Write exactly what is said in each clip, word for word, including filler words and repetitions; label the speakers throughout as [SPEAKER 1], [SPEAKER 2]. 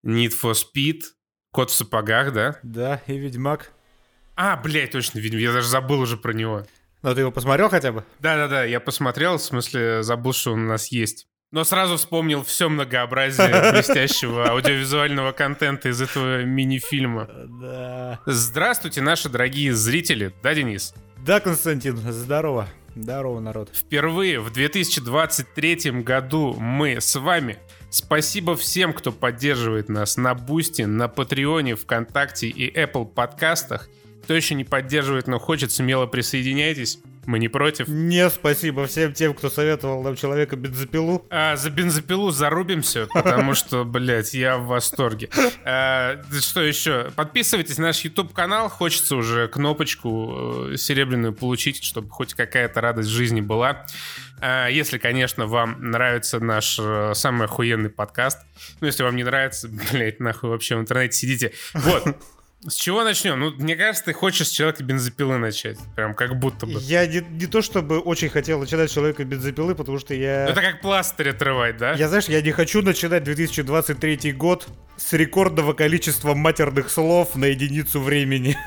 [SPEAKER 1] Need for Speed, Кот в сапогах, да?
[SPEAKER 2] Да, и Ведьмак.
[SPEAKER 1] А, блядь, точно, Ведьмак, я даже забыл уже про него.
[SPEAKER 2] Ну, ты его посмотрел хотя бы?
[SPEAKER 1] Да-да-да, я посмотрел, в смысле забыл, что он у нас есть. Но сразу вспомнил все многообразие блестящего аудиовизуального контента из этого мини-фильма.
[SPEAKER 2] Да.
[SPEAKER 1] Здравствуйте, наши дорогие зрители. Да, Денис?
[SPEAKER 2] Да, Константин, здорово. Здорово, народ.
[SPEAKER 1] Впервые в две тысячи двадцать третьем году мы с вами. Спасибо всем, кто поддерживает нас на Бусти, на Патреоне, ВКонтакте и Apple подкастах. Кто еще не поддерживает, но хочет, смело присоединяйтесь. Мы не против.
[SPEAKER 2] Не, спасибо всем тем, кто советовал нам Человека-бензопилу.
[SPEAKER 1] А, за бензопилу зарубимся, потому что, блядь, я в восторге. А, что еще? Подписывайтесь на наш YouTube-канал. Хочется уже кнопочку серебряную получить, чтобы хоть какая-то радость в жизни была. А, если, конечно, вам нравится наш самый охуенный подкаст. Ну, если вам не нравится, блядь, нахуй вообще в интернете сидите. Вот. С чего начнем? Ну, мне кажется, ты хочешь с Человека-бензопилы начать. Прям как будто бы.
[SPEAKER 2] Я не, не то чтобы очень хотел начинать с Человека-бензопилы, потому что я...
[SPEAKER 1] Это как пластырь отрывать, да?
[SPEAKER 2] Я, знаешь, я не хочу начинать две тысячи двадцать третий год с рекордного количества матерных слов на единицу времени.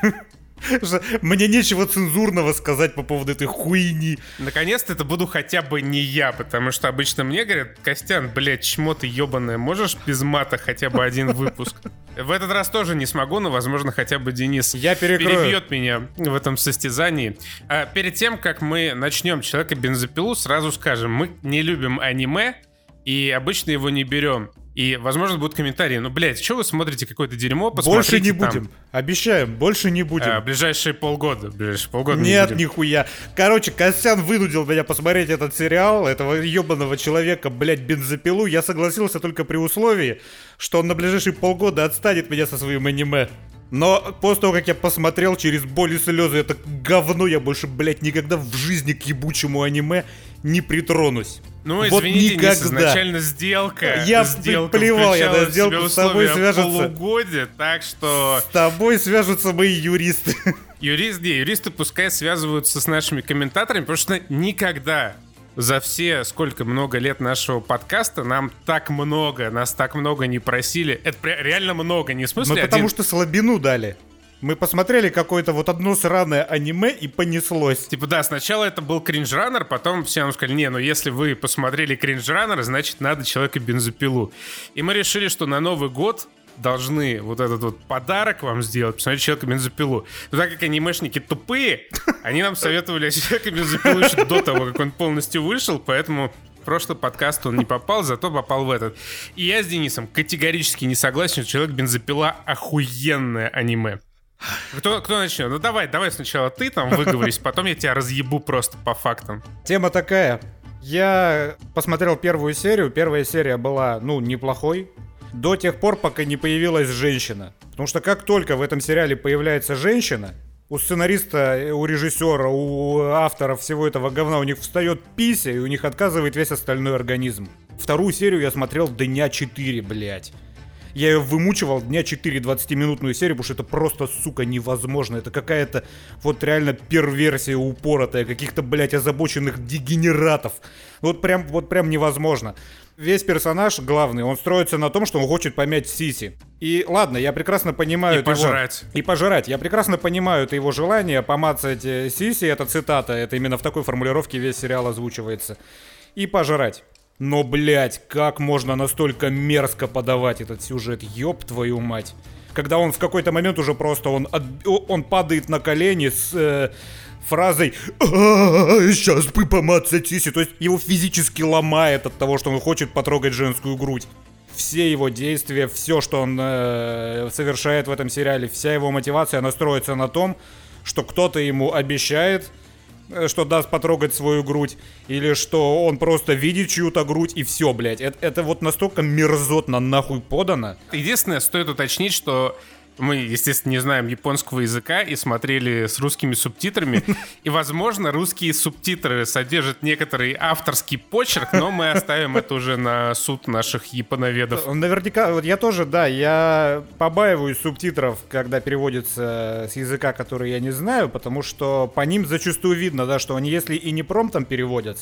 [SPEAKER 2] Мне нечего цензурного сказать по поводу этой хуйни.
[SPEAKER 1] Наконец-то это буду хотя бы не я, потому что обычно мне говорят: Костян, блядь, чмо ты ебаное, можешь без мата хотя бы один выпуск? В этот раз тоже не смогу, но, возможно, хотя бы Денис
[SPEAKER 2] я
[SPEAKER 1] перебьет меня в этом состязании. А перед тем, как мы начнем Человека-бензопилу, сразу скажем, мы не любим аниме и обычно его не берем. И, возможно, будут комментарии: ну, блядь, что вы смотрите какое-то дерьмо, посмотрите.
[SPEAKER 2] Больше не
[SPEAKER 1] там.
[SPEAKER 2] Будем, обещаем, больше не будем.
[SPEAKER 1] А, ближайшие полгода, ближайшие полгода
[SPEAKER 2] Нет,
[SPEAKER 1] не будем.
[SPEAKER 2] нихуя. Короче, Костян вынудил меня посмотреть этот сериал, этого ебаного человека, блядь, бензопилу. Я согласился только при условии, что он на ближайшие полгода отстанет меня со своим аниме. Но после того, как я посмотрел через боль и слезы это говно, я больше, блядь, никогда в жизни к ебучему аниме не притронусь.
[SPEAKER 1] Ну,
[SPEAKER 2] вот
[SPEAKER 1] извините,
[SPEAKER 2] никогда.
[SPEAKER 1] Денис, изначально сделка.
[SPEAKER 2] Я
[SPEAKER 1] сделка
[SPEAKER 2] плевал, я на сделку с тобой свяжется.
[SPEAKER 1] Полугодия, так что...
[SPEAKER 2] С тобой свяжутся мои юристы.
[SPEAKER 1] Юрист, не, юристы пускай связываются с нашими комментаторами, потому что никогда за все, сколько много лет нашего подкаста, нам так много, нас так много не просили. Это реально много, не в смысле
[SPEAKER 2] Мы
[SPEAKER 1] один...
[SPEAKER 2] потому что слабину дали. Мы посмотрели какое-то вот одно сраное аниме и понеслось.
[SPEAKER 1] Типа, да, сначала это был кринж-раннер, потом все нам сказали: не, ну если вы посмотрели кринж-раннер, значит надо Человека-бензопилу. И мы решили, что на Новый год должны вот этот вот подарок вам сделать, посмотреть Человека-бензопилу. Но так как анимешники тупые, они нам советовали Человека-бензопилу еще до того, как он полностью вышел, поэтому... В прошлый подкаст он не попал, зато попал в этот. И я с Денисом категорически не согласен, что Человек-бензопила охуенное аниме. Кто, кто начнет? Ну давай, давай сначала ты там выговорись, потом я тебя разъебу просто по фактам.
[SPEAKER 2] Тема такая. Я посмотрел первую серию. Первая серия была, ну, неплохой. До тех пор, пока не появилась женщина. Потому что как только в этом сериале появляется женщина, у сценариста, у режиссера, у авторов всего этого говна у них встает пися, и у них отказывает весь остальной организм. Вторую серию я смотрел дня четыре, блядь. Я ее вымучивал дня четыре двадцатиминутную серию, потому что это просто, сука, невозможно. Это какая-то вот реально перверсия упоротая, каких-то, блядь, озабоченных дегенератов. Вот прям, вот прям невозможно. Весь персонаж главный, он строится на том, что он хочет помять сиси. И ладно, я прекрасно понимаю...
[SPEAKER 1] И
[SPEAKER 2] это
[SPEAKER 1] пожрать.
[SPEAKER 2] Его... И пожрать. Я прекрасно понимаю это его желание помацать сиси, это цитата, это именно в такой формулировке весь сериал озвучивается. И пожрать. Но, блядь, как можно настолько мерзко подавать этот сюжет, ёб твою мать. Когда он в какой-то момент уже просто, он, от... он падает на колени с... Э... фразой «Сейчас бы помацать сиси», то есть его физически ломает от того, что он хочет потрогать женскую грудь. Все его действия, все, что он э, совершает в этом сериале, вся его мотивация, она строится на том, что кто-то ему обещает, что даст потрогать свою грудь, или что он просто видит чью-то грудь, и все, блядь. Это, это вот настолько мерзотно нахуй подано.
[SPEAKER 1] Единственное, стоит уточнить, что мы, естественно, не знаем японского языка и смотрели с русскими субтитрами. И, возможно, русские субтитры содержат некоторый авторский почерк, но мы оставим это уже на суд наших японоведов.
[SPEAKER 2] Наверняка, вот я тоже, да, я побаиваюсь субтитров, когда переводится с языка, который я не знаю, потому что по ним зачастую видно, да, что они, если и не промптом переводятся,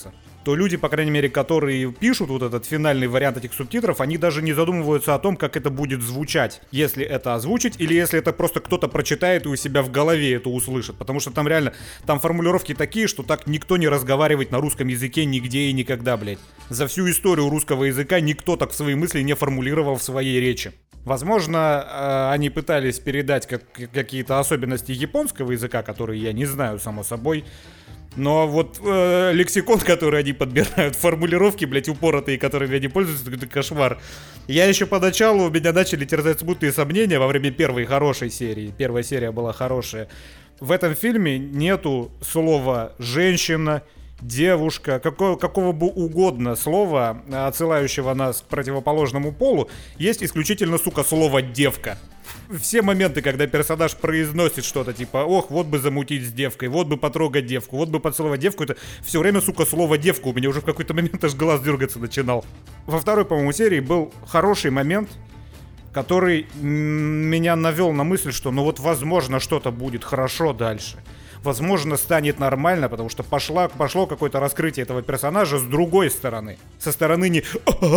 [SPEAKER 2] то люди, по крайней мере, которые пишут вот этот финальный вариант этих субтитров, они даже не задумываются о том, как это будет звучать, если это озвучить, или если это просто кто-то прочитает и у себя в голове это услышит. Потому что там реально, там формулировки такие, что так никто не разговаривает на русском языке нигде и никогда, блядь. За всю историю русского языка никто так свои мысли не формулировал в своей речи. Возможно, они пытались передать как, какие-то особенности японского языка, которые я не знаю, само собой. Но вот э, лексикон, который они подбирают, формулировки, блядь, упоротые, которыми они пользуются, это кошмар. Я еще поначалу, меня начали терзать смутные сомнения во время первой хорошей серии. Первая серия была хорошая. В этом фильме нету слова «женщина», девушка, какого, какого бы угодно слова, отсылающего нас к противоположному полу, есть исключительно, сука, слово «девка». Все моменты, когда персонаж произносит что-то типа «ох, вот бы замутить с девкой, вот бы потрогать девку, вот бы поцеловать девку», это все время, сука, слово «девка». У меня уже в какой-то момент аж глаз дергаться начинал. Во второй, по-моему, серии был хороший момент, который м- меня навел на мысль, что ну вот возможно что-то будет хорошо дальше. Возможно, станет нормально, потому что пошла, пошло какое-то раскрытие этого персонажа с другой стороны. Со стороны не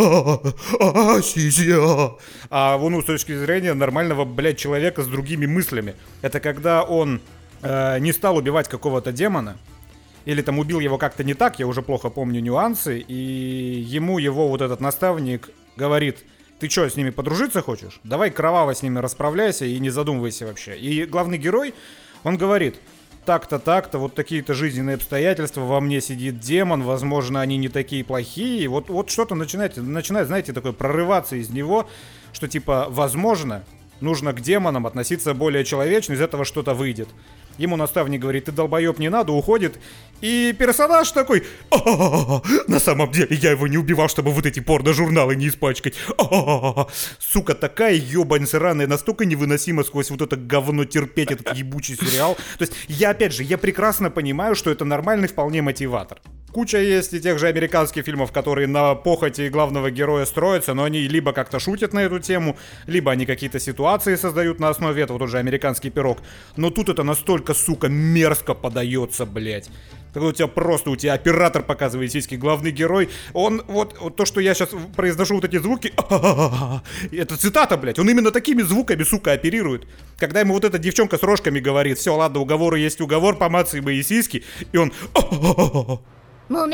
[SPEAKER 2] а ну, с точки зрения нормального, блядь, человека с другими мыслями. Это когда он э, не стал убивать какого-то демона, или там убил его как-то не так, я уже плохо помню нюансы, и ему его вот этот наставник говорит: ты что, с ними подружиться хочешь? Давай кроваво с ними расправляйся и не задумывайся вообще. И главный герой, он говорит: так-то, так-то, вот такие-то жизненные обстоятельства, во мне сидит демон, возможно, они не такие плохие. Вот, вот что-то начинает, начинает, знаете, такое прорываться из него, что типа, возможно, нужно к демонам относиться более человечно, из этого что-то выйдет. Ему наставник говорит: ты долбоеб, не надо, уходит. И персонаж такой: а-а-а, на самом деле я его не убивал, чтобы вот эти порно-журналы не испачкать. А-а-а. Сука, такая ебань сраная, настолько невыносимо сквозь вот это говно терпеть этот ебучий сериал. То есть я, опять же, я прекрасно понимаю, что это нормальный вполне мотиватор. Куча есть и тех же американских фильмов, которые на похоти главного героя строятся, но они либо как-то шутят на эту тему, либо они какие-то ситуации создают на основе этого, тот же «Американский пирог». Но тут это настолько, сука, мерзко подается, блядь. Когда у тебя просто, у тебя оператор показывает сиськи, главный герой, он, вот, вот то, что я сейчас произношу вот эти звуки, это цитата, блядь, он именно такими звуками, сука, оперирует. Когда ему вот эта девчонка с рожками говорит: все, ладно, уговоры есть уговор, помацай мои сиськи, и он... Муми.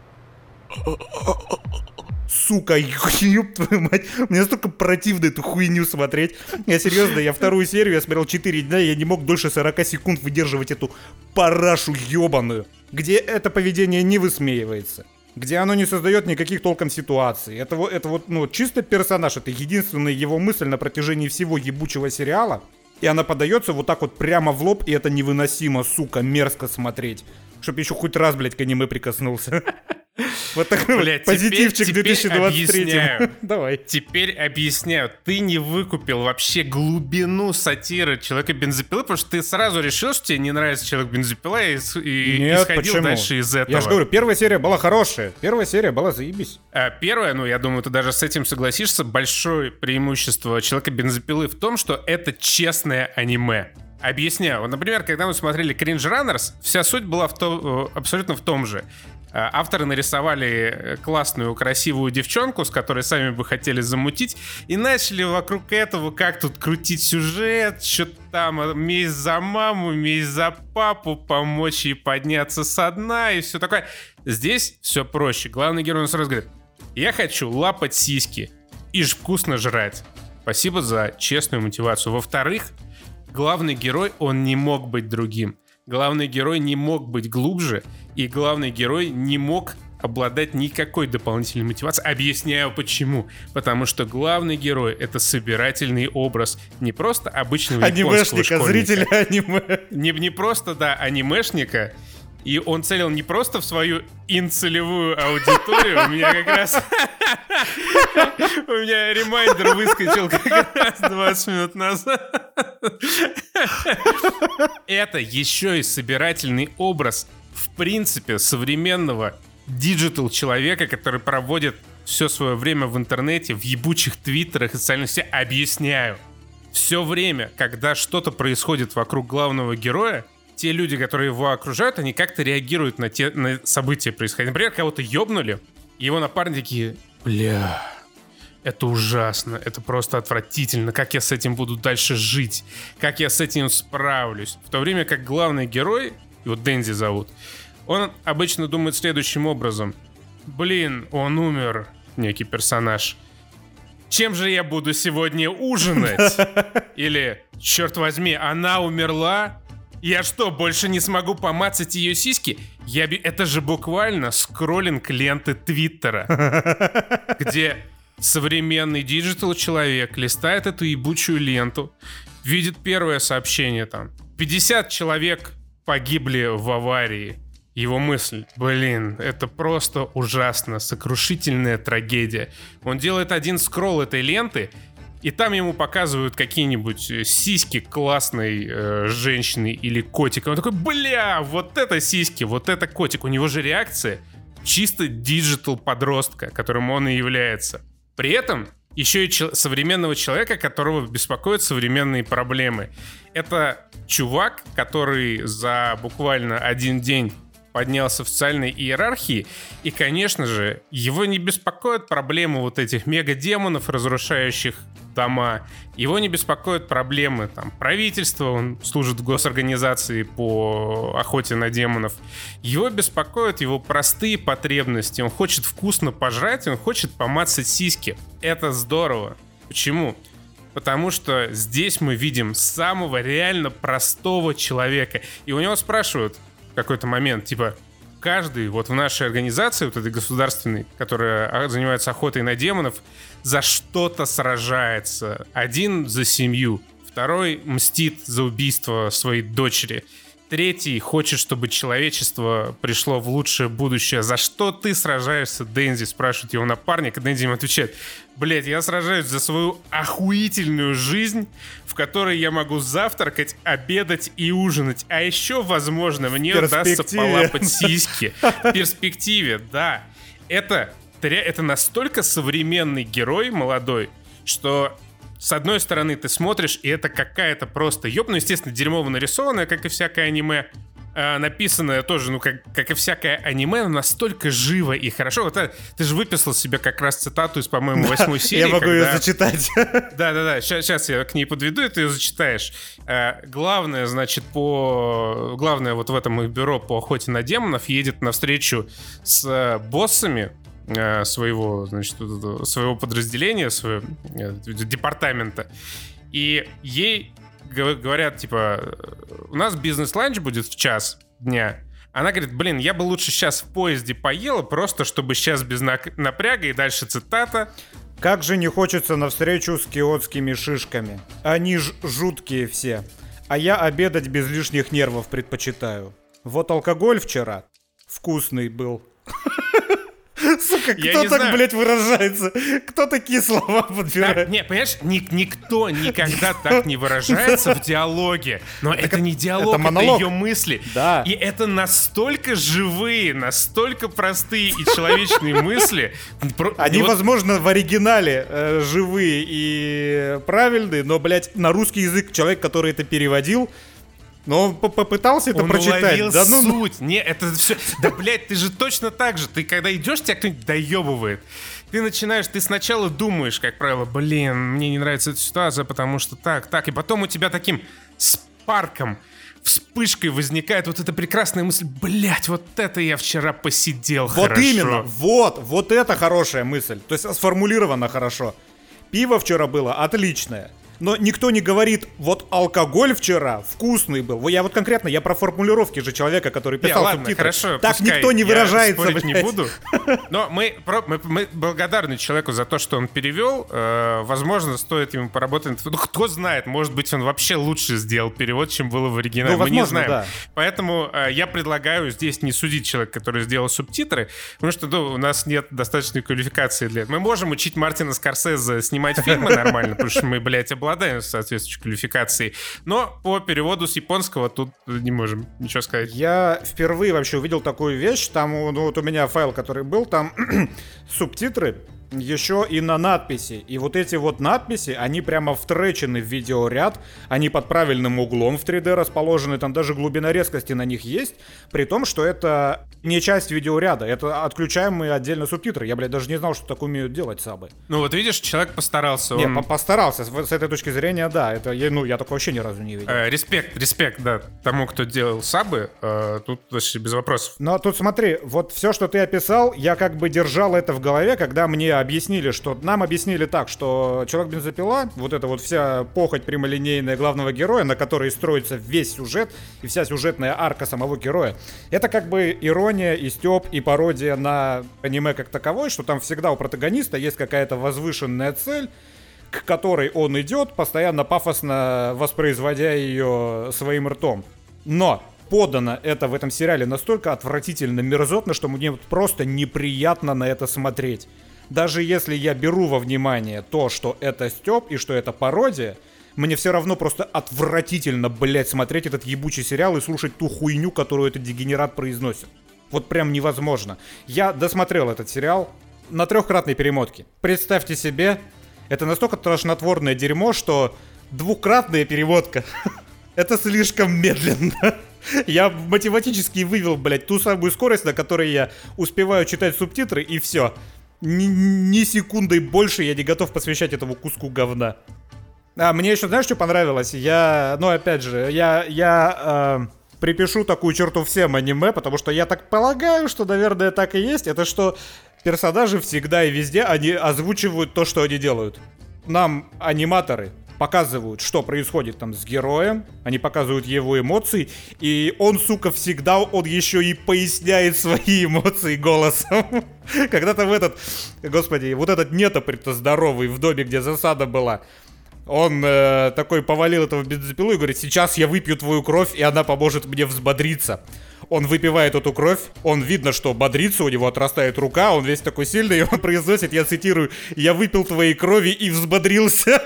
[SPEAKER 2] Сука, ёб твою мать, мне настолько противно эту хуйню смотреть. Я серьезно, я вторую серию, я смотрел четыре дня, я не мог дольше сорок секунд выдерживать эту парашу ёбаную, где это поведение не высмеивается, где оно не создает никаких толком ситуаций. Это, это вот, ну, чисто персонаж, это единственная его мысль на протяжении всего ебучего сериала, и она подается вот так вот прямо в лоб, и это невыносимо, сука, мерзко смотреть. Чтоб еще хоть раз, блядь, к аниме прикоснулся. Вот такой, блядь, позитивчик две тысячи двадцать третьего. Давай.
[SPEAKER 1] Теперь объясняю. Ты не выкупил вообще глубину сатиры Человека-бензопилы, потому что ты сразу решил, что тебе не нравится Человек-бензопила, и, и
[SPEAKER 2] Нет,
[SPEAKER 1] исходил
[SPEAKER 2] почему?
[SPEAKER 1] дальше из этого.
[SPEAKER 2] Я же говорю, первая серия была хорошая. Первая серия была заебись.
[SPEAKER 1] А первая, ну, я думаю, ты даже с этим согласишься, большое преимущество Человека-бензопилы в том, что это честное аниме. Объясняю. Вот, например, когда мы смотрели Cringe Runners, вся суть была в то, абсолютно в том же. Авторы нарисовали классную, красивую девчонку, с которой сами бы хотели замутить, и начали вокруг этого как тут крутить сюжет, что-то там месть за маму, месть за папу, помочь ей подняться со дна и все такое. Здесь все проще. Главный герой сразу говорит: я хочу лапать сиськи и ж вкусно жрать. Спасибо за честную мотивацию. Во-вторых, главный герой, он не мог быть другим. Главный герой не мог быть глубже, и главный герой не мог обладать никакой дополнительной мотивацией. Объясняю почему. Потому что главный герой — это собирательный образ не просто обычного японского школьника.
[SPEAKER 2] Анимешника, зрителя аниме.
[SPEAKER 1] Не, не просто, да, анимешника. И он целил не просто в свою инцелевую аудиторию. У меня как раз... У меня ремайдер выскочил как раз двадцать минут назад. Это еще и собирательный образ, в принципе, современного диджитал-человека, который проводит все свое время в интернете, в ебучих твиттерах и социальных сетях. Объясняю. Все время, когда что-то происходит вокруг главного героя, те люди, которые его окружают, они как-то реагируют на те на события происходящие. Например, кого-то ёбнули, и его напарники такие: бля, это ужасно, это просто отвратительно, как я с этим буду дальше жить, как я с этим справлюсь. В то время как главный герой, его Дэнди зовут, он обычно думает следующим образом: блин, он умер, некий персонаж. Чем же я буду сегодня ужинать? Или, черт возьми, она умерла? Я что, больше не смогу помацать ее сиськи? Я... Это же буквально скроллинг ленты Твиттера, где современный диджитал-человек листает эту ебучую ленту, видит первое сообщение там: пятьдесят человек погибли в аварии. Его мысль: блин, это просто ужасно, сокрушительная трагедия. Он делает один скролл этой ленты, и там ему показывают какие-нибудь сиськи классной э, женщины или котика. Он такой: бля, вот это сиськи, вот это котик. У него же реакция чисто диджитал подростка, которым он и является. При этом еще и чел- современного человека, которого беспокоят современные проблемы. Это чувак, который за буквально один день поднялся в социальной иерархии, и, конечно же, его не беспокоят проблемы вот этих мега-демонов, разрушающих дома. Его не беспокоят проблемы там правительства, он служит в госорганизации по охоте на демонов. Его беспокоят его простые потребности. Он хочет вкусно пожрать, он хочет помацать сиськи. Это здорово. Почему? Потому что здесь мы видим самого реально простого человека. И у него спрашивают в какой-то момент, типа: каждый вот в нашей организации, вот этой государственной, которая занимается охотой на демонов, за что-то сражается. Один за семью, второй мстит за убийство своей дочери, третий хочет, чтобы человечество пришло в лучшее будущее. За что ты сражаешься, Дэнди? Спрашивает его напарник, и Дэнди ему отвечает: блять, я сражаюсь за свою охуительную жизнь, в которой я могу завтракать, обедать и ужинать. А еще, возможно, мне удастся полапать сиськи. В перспективе, да. Это, это настолько современный герой молодой, что с одной стороны ты смотришь, и это какая-то просто ёб, ну, естественно, дерьмово нарисованное, как и всякое аниме. Uh, написанное тоже, ну, как, как и всякое аниме, но настолько живо и хорошо. Вот это, ты же выписал себе как раз цитату из, по-моему, восьмой серии.
[SPEAKER 2] Я могу
[SPEAKER 1] когда...
[SPEAKER 2] ее зачитать.
[SPEAKER 1] Да-да-да, сейчас я к ней подведу, и ты ее зачитаешь. Uh, главное, значит, по... Главное вот в этом их бюро по охоте на демонов едет навстречу с uh, боссами uh, своего, значит, своего подразделения, своего uh, департамента. И ей говорят, типа: у нас бизнес-ланч будет в час дня. Она говорит: блин, я бы лучше сейчас в поезде поела, просто чтобы сейчас без напряга. И дальше цитата:
[SPEAKER 2] как же не хочется навстречу с киотскими шишками. Они ж жуткие все. А я обедать без лишних нервов предпочитаю. Вот алкоголь вчера вкусный был. Сука, кто так, блядь, выражается? Кто такие слова подбирает?
[SPEAKER 1] Так, не, понимаешь, ник- никто никогда так не выражается в диалоге. Но так это не диалог, это, это ее мысли.
[SPEAKER 2] Да.
[SPEAKER 1] И это настолько живые, настолько простые и человечные мысли.
[SPEAKER 2] Они, вот... возможно, в оригинале э, живые и правильные, но, блядь, на русский язык человек, который это переводил, но он попытался это
[SPEAKER 1] он
[SPEAKER 2] прочитать.
[SPEAKER 1] Он
[SPEAKER 2] да, ну...
[SPEAKER 1] суть. Не, это все... Да, блядь, ты же точно так же. Ты когда идешь, тебя кто-нибудь доебывает. Ты начинаешь, ты сначала думаешь, как правило: блин, мне не нравится эта ситуация, потому что так, так. И потом у тебя таким спарком, вспышкой возникает вот эта прекрасная мысль: блядь, вот это я вчера посидел
[SPEAKER 2] вот
[SPEAKER 1] хорошо.
[SPEAKER 2] Вот именно, вот, вот это хорошая мысль. То есть сформулировано хорошо. Пиво вчера было отличное. Но никто не говорит: вот алкоголь вчера вкусный был. Я вот конкретно, я про формулировки же человека, который писал
[SPEAKER 1] не, ладно,
[SPEAKER 2] субтитры.
[SPEAKER 1] Хорошо,
[SPEAKER 2] так
[SPEAKER 1] пускай,
[SPEAKER 2] никто не выражается,
[SPEAKER 1] я спорить
[SPEAKER 2] блядь.
[SPEAKER 1] не буду. Но мы, мы, мы благодарны человеку за то, что он перевел. Э, возможно, стоит ему поработать. Ну, кто знает, может быть, он вообще лучше сделал перевод, чем было в оригинале.
[SPEAKER 2] Ну, возможно,
[SPEAKER 1] мы не знаем.
[SPEAKER 2] Да.
[SPEAKER 1] Поэтому э, я предлагаю здесь не судить человека, который сделал субтитры, потому что ну, у нас нет достаточной квалификации для этого. Мы можем учить Мартина Скорсезе снимать фильмы нормально, потому что мы, блядь, обладаем соответствующей квалификацией. Но по переводу с японского тут не можем ничего сказать.
[SPEAKER 2] Я впервые вообще увидел такую вещь. Там, ну, вот у меня файл, который был, там субтитры еще и на надписи. И вот эти вот надписи, они прямо втречены в видеоряд, они под правильным углом в три дэ расположены, там даже глубина резкости на них есть, при том, что это не часть видеоряда, это отключаемые отдельно субтитры. Я, блядь, даже не знал, что так умеют делать сабы.
[SPEAKER 1] Ну вот видишь, человек постарался.
[SPEAKER 2] Не,
[SPEAKER 1] он...
[SPEAKER 2] постарался, с, с этой точки зрения, да, это, я, ну, я такого вообще ни разу не видел.
[SPEAKER 1] Э, респект, респект, да, тому, кто делал сабы, э, тут вообще без вопросов.
[SPEAKER 2] Но тут смотри, вот все, что ты описал, я как бы держал это в голове, когда мне объяснили, что нам объяснили так, что Человек-бензопила, вот эта вот вся похоть прямолинейная главного героя, на которой строится весь сюжет и вся сюжетная арка самого героя, это как бы ирония и стёб и пародия на аниме как таковой, что там всегда у протагониста есть какая-то возвышенная цель, к которой он идет, постоянно пафосно воспроизводя ее своим ртом. Но подано это в этом сериале настолько отвратительно, мерзотно, что мне просто неприятно на это смотреть. Даже если я беру во внимание то, что это стёб и что это пародия, мне все равно просто отвратительно, блять, смотреть этот ебучий сериал и слушать ту хуйню, которую этот дегенерат произносит. Вот прям невозможно. Я досмотрел этот сериал на трехкратной перемотке. Представьте себе, это настолько тошнотворное дерьмо, что двукратная перемотка — это слишком медленно. Я математически вывел, блядь, ту самую скорость, на которой я успеваю читать субтитры, и все. Ни, ни секундой больше я не готов посвящать этому куску говна. А мне еще, знаешь, что понравилось? Я, ну, опять же, я, я э, припишу такую черту всем аниме, потому что я так полагаю, что, наверное, так и есть. Это что персонажи всегда и везде, они озвучивают то, что они делают. Нам аниматоры показывают, что происходит там с героем, они показывают его эмоции, и он, сука, всегда, он еще и поясняет свои эмоции голосом. Когда-то в этот, господи, вот этот нетопырь-то здоровый в доме, где засада была, он э, такой повалил этого бензопилу и говорит: сейчас я выпью твою кровь, и она поможет мне взбодриться. Он выпивает эту кровь, он видно, что бодрится, у него отрастает рука, он весь такой сильный, и он произносит, я цитирую: «Я выпил твоей крови и взбодрился».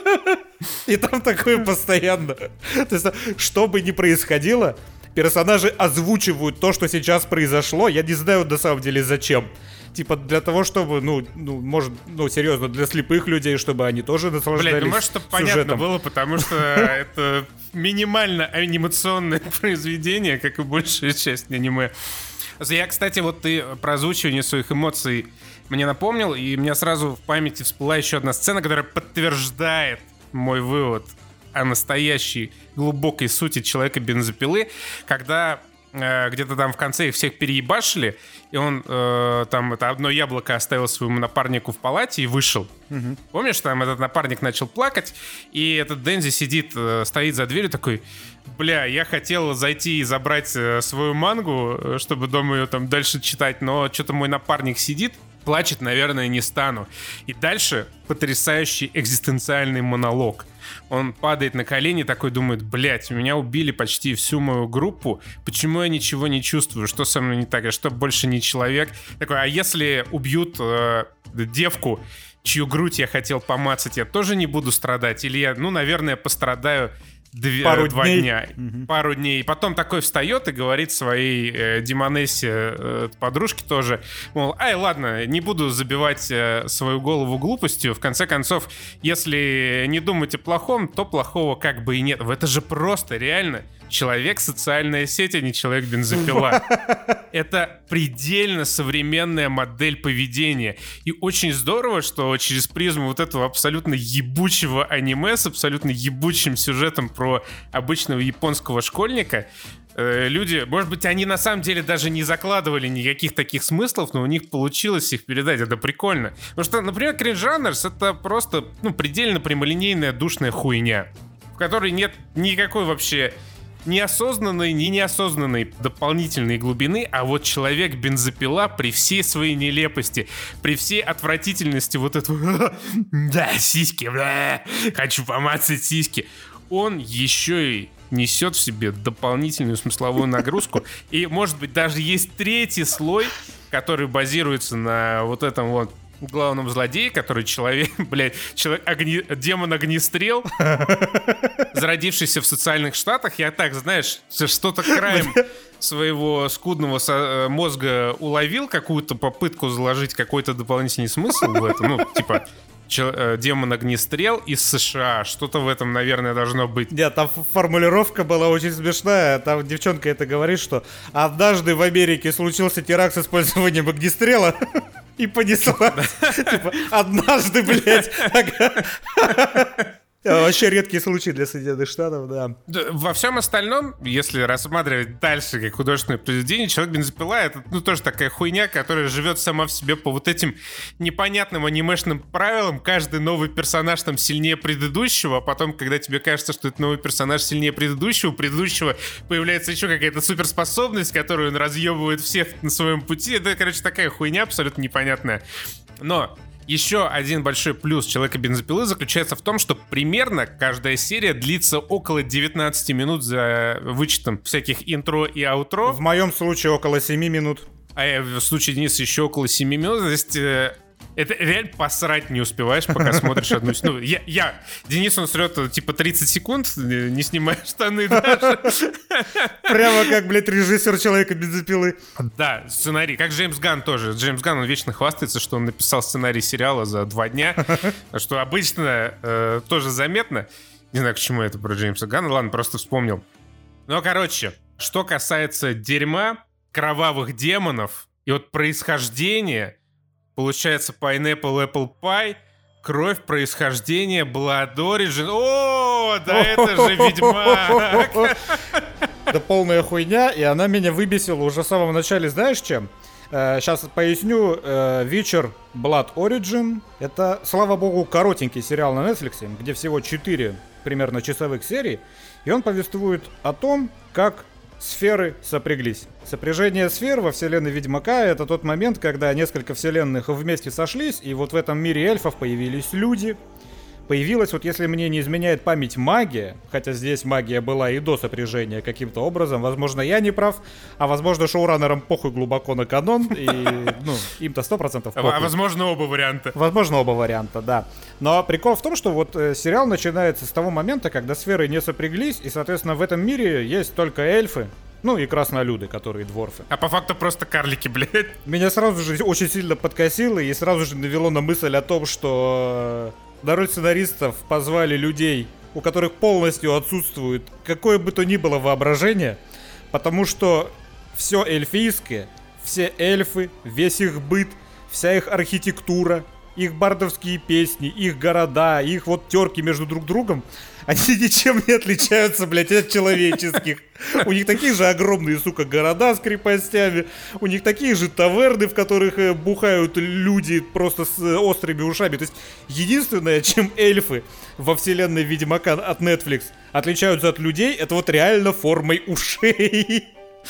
[SPEAKER 2] И там такое постоянно. То есть, что бы ни происходило, персонажи озвучивают то, что сейчас произошло. Я не знаю на самом деле зачем. Типа для того, чтобы, ну, ну, может, ну, серьезно, для слепых людей, чтобы они тоже наслаждались сюжетом.
[SPEAKER 1] Блядь, ну может, чтобы понятно было, потому что это минимально анимационное произведение, как и большая часть аниме. Я, кстати, вот ты про озвучивание своих эмоций мне напомнил, и у меня сразу в памяти всплыла еще одна сцена, которая подтверждает мой вывод о настоящей глубокой сути Человека-бензопилы, когда э, где-то там в конце их всех переебашили, и он э, там это одно яблоко оставил своему напарнику в палате и вышел. Угу. Помнишь, там этот напарник начал плакать, и этот Дензи сидит, э, стоит за дверью такой: бля, я хотел зайти и забрать э, свою мангу, чтобы дома ее там дальше читать, но что-то мой напарник сидит, плачет, наверное, не стану. И дальше потрясающий экзистенциальный монолог. Он падает на колени, такой думает: блять, меня убили почти всю мою группу, почему я ничего не чувствую, что со мной не так, я что, больше не человек? Такой: а если убьют э, девку, чью грудь я хотел помацать, я тоже не буду страдать? Или я, ну, наверное, пострадаю Две,
[SPEAKER 2] пару
[SPEAKER 1] два
[SPEAKER 2] дней.
[SPEAKER 1] дня, угу. пару дней. Потом такой встает и говорит своей э, демонессе, э, подружке тоже, мол, ай, ладно, не буду забивать э, свою голову глупостью. В конце концов, если не думать о плохом, то плохого как бы и нет. Это же просто реально человек социальная сеть, а не человек-бензопила. Это предельно современная модель поведения. И очень здорово, что через призму вот этого абсолютно ебучего аниме с абсолютно ебучим сюжетом про обычного японского школьника э, люди, может быть, они на самом деле даже не закладывали никаких таких смыслов, но у них получилось их передать. Это прикольно. Потому что, например, Cringe Runners — это просто, ну, предельно прямолинейная душная хуйня, в которой нет никакой вообще неосознанной, ни неосознанной дополнительной глубины, а вот Человек-бензопила при всей своей нелепости, при всей отвратительности вот этого да, сиськи, да, хочу помацать сиськи, он еще и несет в себе дополнительную смысловую нагрузку. И, может быть, даже есть третий слой, который базируется на вот этом вот главном злодее, который человек, блядь, человек, огни, демон огнестрел, зародившийся в социальных штатах. Я так, знаешь, что-то краем своего скудного со- мозга уловил, какую-то попытку заложить какой-то дополнительный смысл в этом. Ну, типа, че- демон огнестрел из США. Что-то в этом, наверное, должно быть.
[SPEAKER 2] Нет, там формулировка была очень смешная. Там девчонка это говорит, что однажды в Америке случился теракт с использованием огнестрела. И понесла. Типа, однажды, блядь. Вообще редкий случай для Соединенных Штатов, да.
[SPEAKER 1] Во всем остальном, если рассматривать дальше как художественное произведение, «Человек-бензопила» — это, ну, тоже такая хуйня, которая живет сама в себе по вот этим непонятным анимешным правилам. Каждый новый персонаж там сильнее предыдущего, а потом, когда тебе кажется, что этот новый персонаж сильнее предыдущего, у предыдущего появляется еще какая-то суперспособность, которую он разъебывает всех на своем пути. Это, короче, такая хуйня абсолютно непонятная. Но еще один большой плюс «Человека-бензопилы» заключается в том, что примерно каждая серия длится около девятнадцать минут за вычетом всяких интро и аутро.
[SPEAKER 2] В моем случае около семи минут.
[SPEAKER 1] А в случае Дениса еще около семи минут. То есть э, это реально посрать не успеваешь, пока смотришь одну... Ну, я, я. Денис, он срет типа тридцать секунд, не снимая штаны даже.
[SPEAKER 2] Прямо как, блядь, режиссер «Человека-бензопилы».
[SPEAKER 1] Да, сценарий. Как Джеймс Ганн тоже. Джеймс Ганн, он вечно хвастается, что он написал сценарий сериала за два дня. Что обычно э, тоже заметно. Не знаю, к чему это про Джеймса Ганна. Ладно, просто вспомнил. Ну, короче, что касается дерьма, кровавых демонов и вот происхождения, получается Pineapple Apple Pie, кровь, происхождение, Blood Origin. О, да это же Ведьмак!
[SPEAKER 2] Это полная хуйня, и она меня выбесила уже в самом начале, знаешь чем? Э, сейчас поясню. э, Witcher Blood Origin — это, слава богу, коротенький сериал на Netflix, где всего четыре примерно часовых серий, и он повествует о том, как сферы сопряглись. Сопряжение сфер во вселенной Ведьмака — это тот момент, когда несколько вселенных вместе сошлись, и вот в этом мире эльфов появились люди. Появилась, вот если мне не изменяет память, магия, хотя здесь магия была и до сопряжения каким-то образом, возможно, я не прав, а возможно, шоураннерам похуй глубоко на канон, и, ну, им-то сто процентов похуй.
[SPEAKER 1] А возможно, оба варианта.
[SPEAKER 2] Возможно, оба варианта, да. Но прикол в том, что вот э, сериал начинается с того момента, когда сферы не сопряглись, и, соответственно, в этом мире есть только эльфы, ну и краснолюды, которые дворфы.
[SPEAKER 1] А по факту просто карлики, блядь.
[SPEAKER 2] Меня сразу же очень сильно подкосило и сразу же навело на мысль о том, что на роль сценаристов позвали людей, у которых полностью отсутствует какое бы то ни было воображение, потому что все эльфийское, все эльфы, весь их быт, вся их архитектура, их бардовские песни, их города, их вот терки между друг другом, они ничем не отличаются, блядь, от человеческих. У них такие же огромные, сука, города с крепостями, у них такие же таверны, в которых э, бухают люди просто с э, острыми ушами. То есть единственное, чем эльфы во вселенной Ведьмака от Netflix отличаются от людей, это вот реально формой ушей.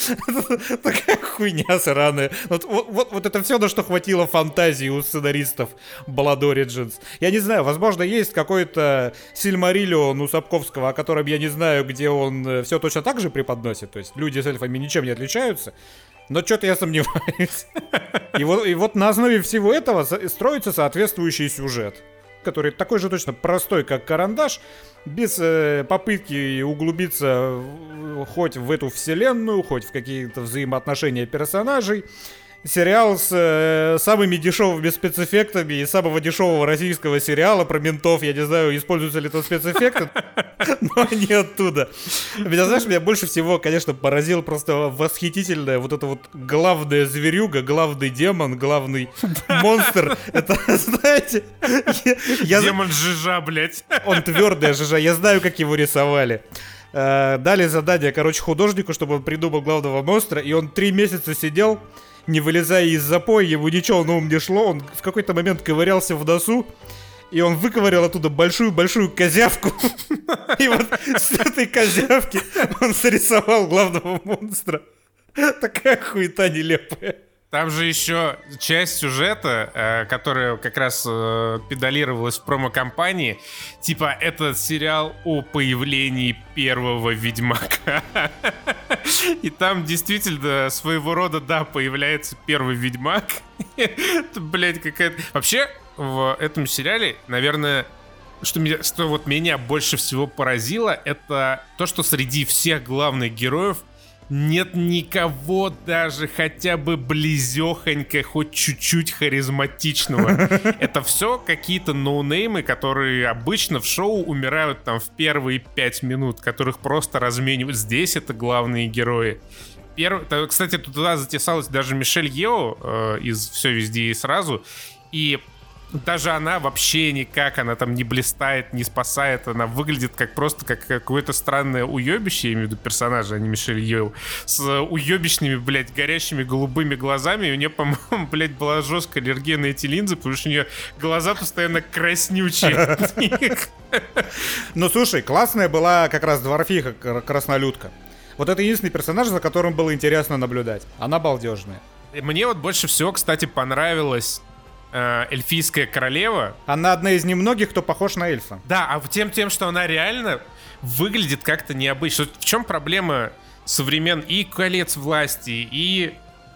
[SPEAKER 2] Такая хуйня сраная. Вот, вот, вот, вот это все, на что хватило фантазии у сценаристов Blood Origins. Я не знаю, возможно, есть какой-то Сильмариллион у Сапковского, о котором я не знаю, где он все точно так же преподносит. То есть люди с эльфами ничем не отличаются. Но что-то я сомневаюсь. И вот, и вот на основе всего этого строится соответствующий сюжет, который такой же точно простой, как карандаш, без э, попытки углубиться в, хоть в эту вселенную, хоть в какие-то взаимоотношения персонажей. Сериал с э, самыми дешевыми спецэффектами из самого дешевого российского сериала про ментов. Я не знаю, используются ли это спецэффекты, но они оттуда. Меня, знаешь, меня больше всего, конечно, поразил просто восхитительная вот эта вот главная зверюга, главный демон, главный монстр. Это, знаете...
[SPEAKER 1] Демон жижа, блядь.
[SPEAKER 2] Он твердая жижа. Я знаю, как его рисовали. Дали задание, короче, художнику, чтобы он придумал главного монстра, и он три месяца сидел, не вылезая из запоя, ему ничего на ум не шло, он в какой-то момент ковырялся в носу, и он выковырял оттуда большую-большую козявку. И вот с этой козявки он срисовал главного монстра. Такая хуета нелепая.
[SPEAKER 1] Там же еще часть сюжета, э, которая как раз э, педалировалась в промо-компании, типа это сериал о появлении первого Ведьмака. И там действительно своего рода, да, появляется первый Ведьмак. Это, блядь, какая-то... Вообще, в этом сериале, наверное, что, меня, что вот меня больше всего поразило, это то, что среди всех главных героев нет никого даже хотя бы близехонько, хоть чуть-чуть харизматичного. Это все какие-то ноунеймы, которые обычно в шоу умирают там в первые пять минут, которых просто разменивают. Здесь это главные герои. Перв... Кстати, туда затесалась даже Мишель Ео э, из «Все везде и сразу». И даже она вообще никак, она там не блистает, не спасает, она выглядит как просто как какое-то странное уебище, я имею в виду персонажа, а не Мишель Йео, с уебищными, блядь, горящими голубыми глазами, и у нее, по-моему, блядь, была жесткая аллергия на эти линзы, потому что у нее глаза постоянно краснючие.
[SPEAKER 2] Ну, слушай, классная была как раз дворфиха, краснолюдка. Вот это единственный персонаж, за которым было интересно наблюдать. Она балдежная.
[SPEAKER 1] Мне вот больше всего, кстати, понравилась эльфийская королева.
[SPEAKER 2] Она одна из немногих, кто похож на эльфа.
[SPEAKER 1] Да, а тем, тем, что она реально выглядит как-то необычно. В чем проблема современ и «Колец власти», и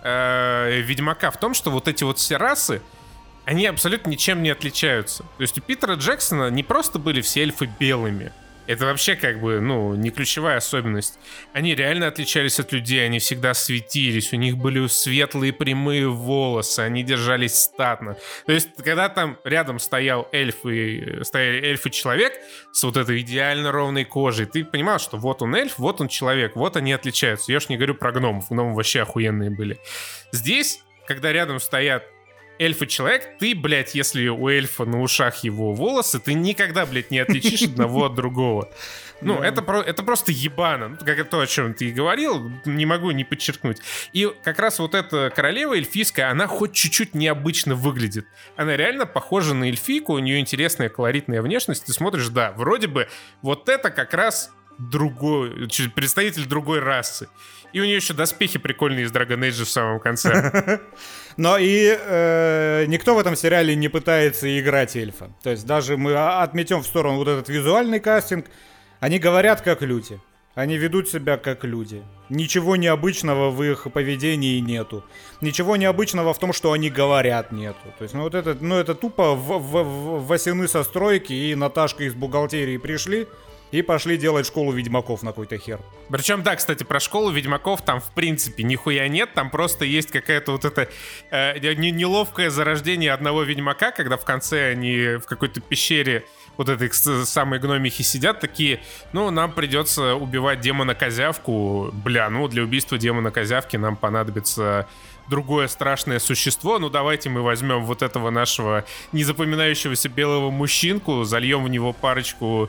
[SPEAKER 1] э, «Ведьмака»? В том, что вот эти вот все расы, они абсолютно ничем не отличаются. То есть у Питера Джексона не просто были все эльфы белыми. Это вообще как бы, ну, не ключевая особенность. Они реально отличались от людей, они всегда светились, у них были светлые прямые волосы, они держались статно. То есть, когда там рядом стоял эльф и, стояли эльф и человек с вот этой идеально ровной кожей, ты понимал, что вот он эльф, вот он человек, вот они отличаются. Я уж не говорю про гномов, гномы вообще охуенные были. Здесь, когда рядом стоят эльф и человек, ты, блядь, если у эльфа на ушах его волосы, ты никогда, блядь, не отличишь одного от другого. Ну, yeah. это, про, это просто ебано. Ну, как то, о чем ты и говорил, не могу не подчеркнуть. И как раз вот эта королева эльфийская, она хоть чуть-чуть необычно выглядит. Она реально похожа на эльфийку, у нее интересная колоритная внешность. Ты смотришь, да, вроде бы вот это как раз другой, представитель другой расы. И у нее еще доспехи прикольные из Dragon Age в самом конце.
[SPEAKER 2] Но и э, никто в этом сериале не пытается играть эльфа. То есть даже мы отметем в сторону вот этот визуальный кастинг. Они говорят как люди. Они ведут себя как люди. Ничего необычного в их поведении нету. Ничего необычного в том, что они говорят, нету. То есть, ну вот это, ну это тупо в, в, в, Васины со стройки и Наташка из бухгалтерии пришли и пошли делать школу ведьмаков на какой-то хер.
[SPEAKER 1] Причем, да, кстати, про школу ведьмаков там, в принципе, нихуя нет. Там просто есть какая-то вот это э, неловкое зарождение одного ведьмака, когда в конце они в какой-то пещере вот этой самой гномихи сидят, такие, ну, нам придется убивать демона-козявку. Бля, ну, для убийства демона-козявки нам понадобится другое страшное существо. Ну, давайте мы возьмем вот этого нашего незапоминающегося белого мужчинку, зальем в него парочку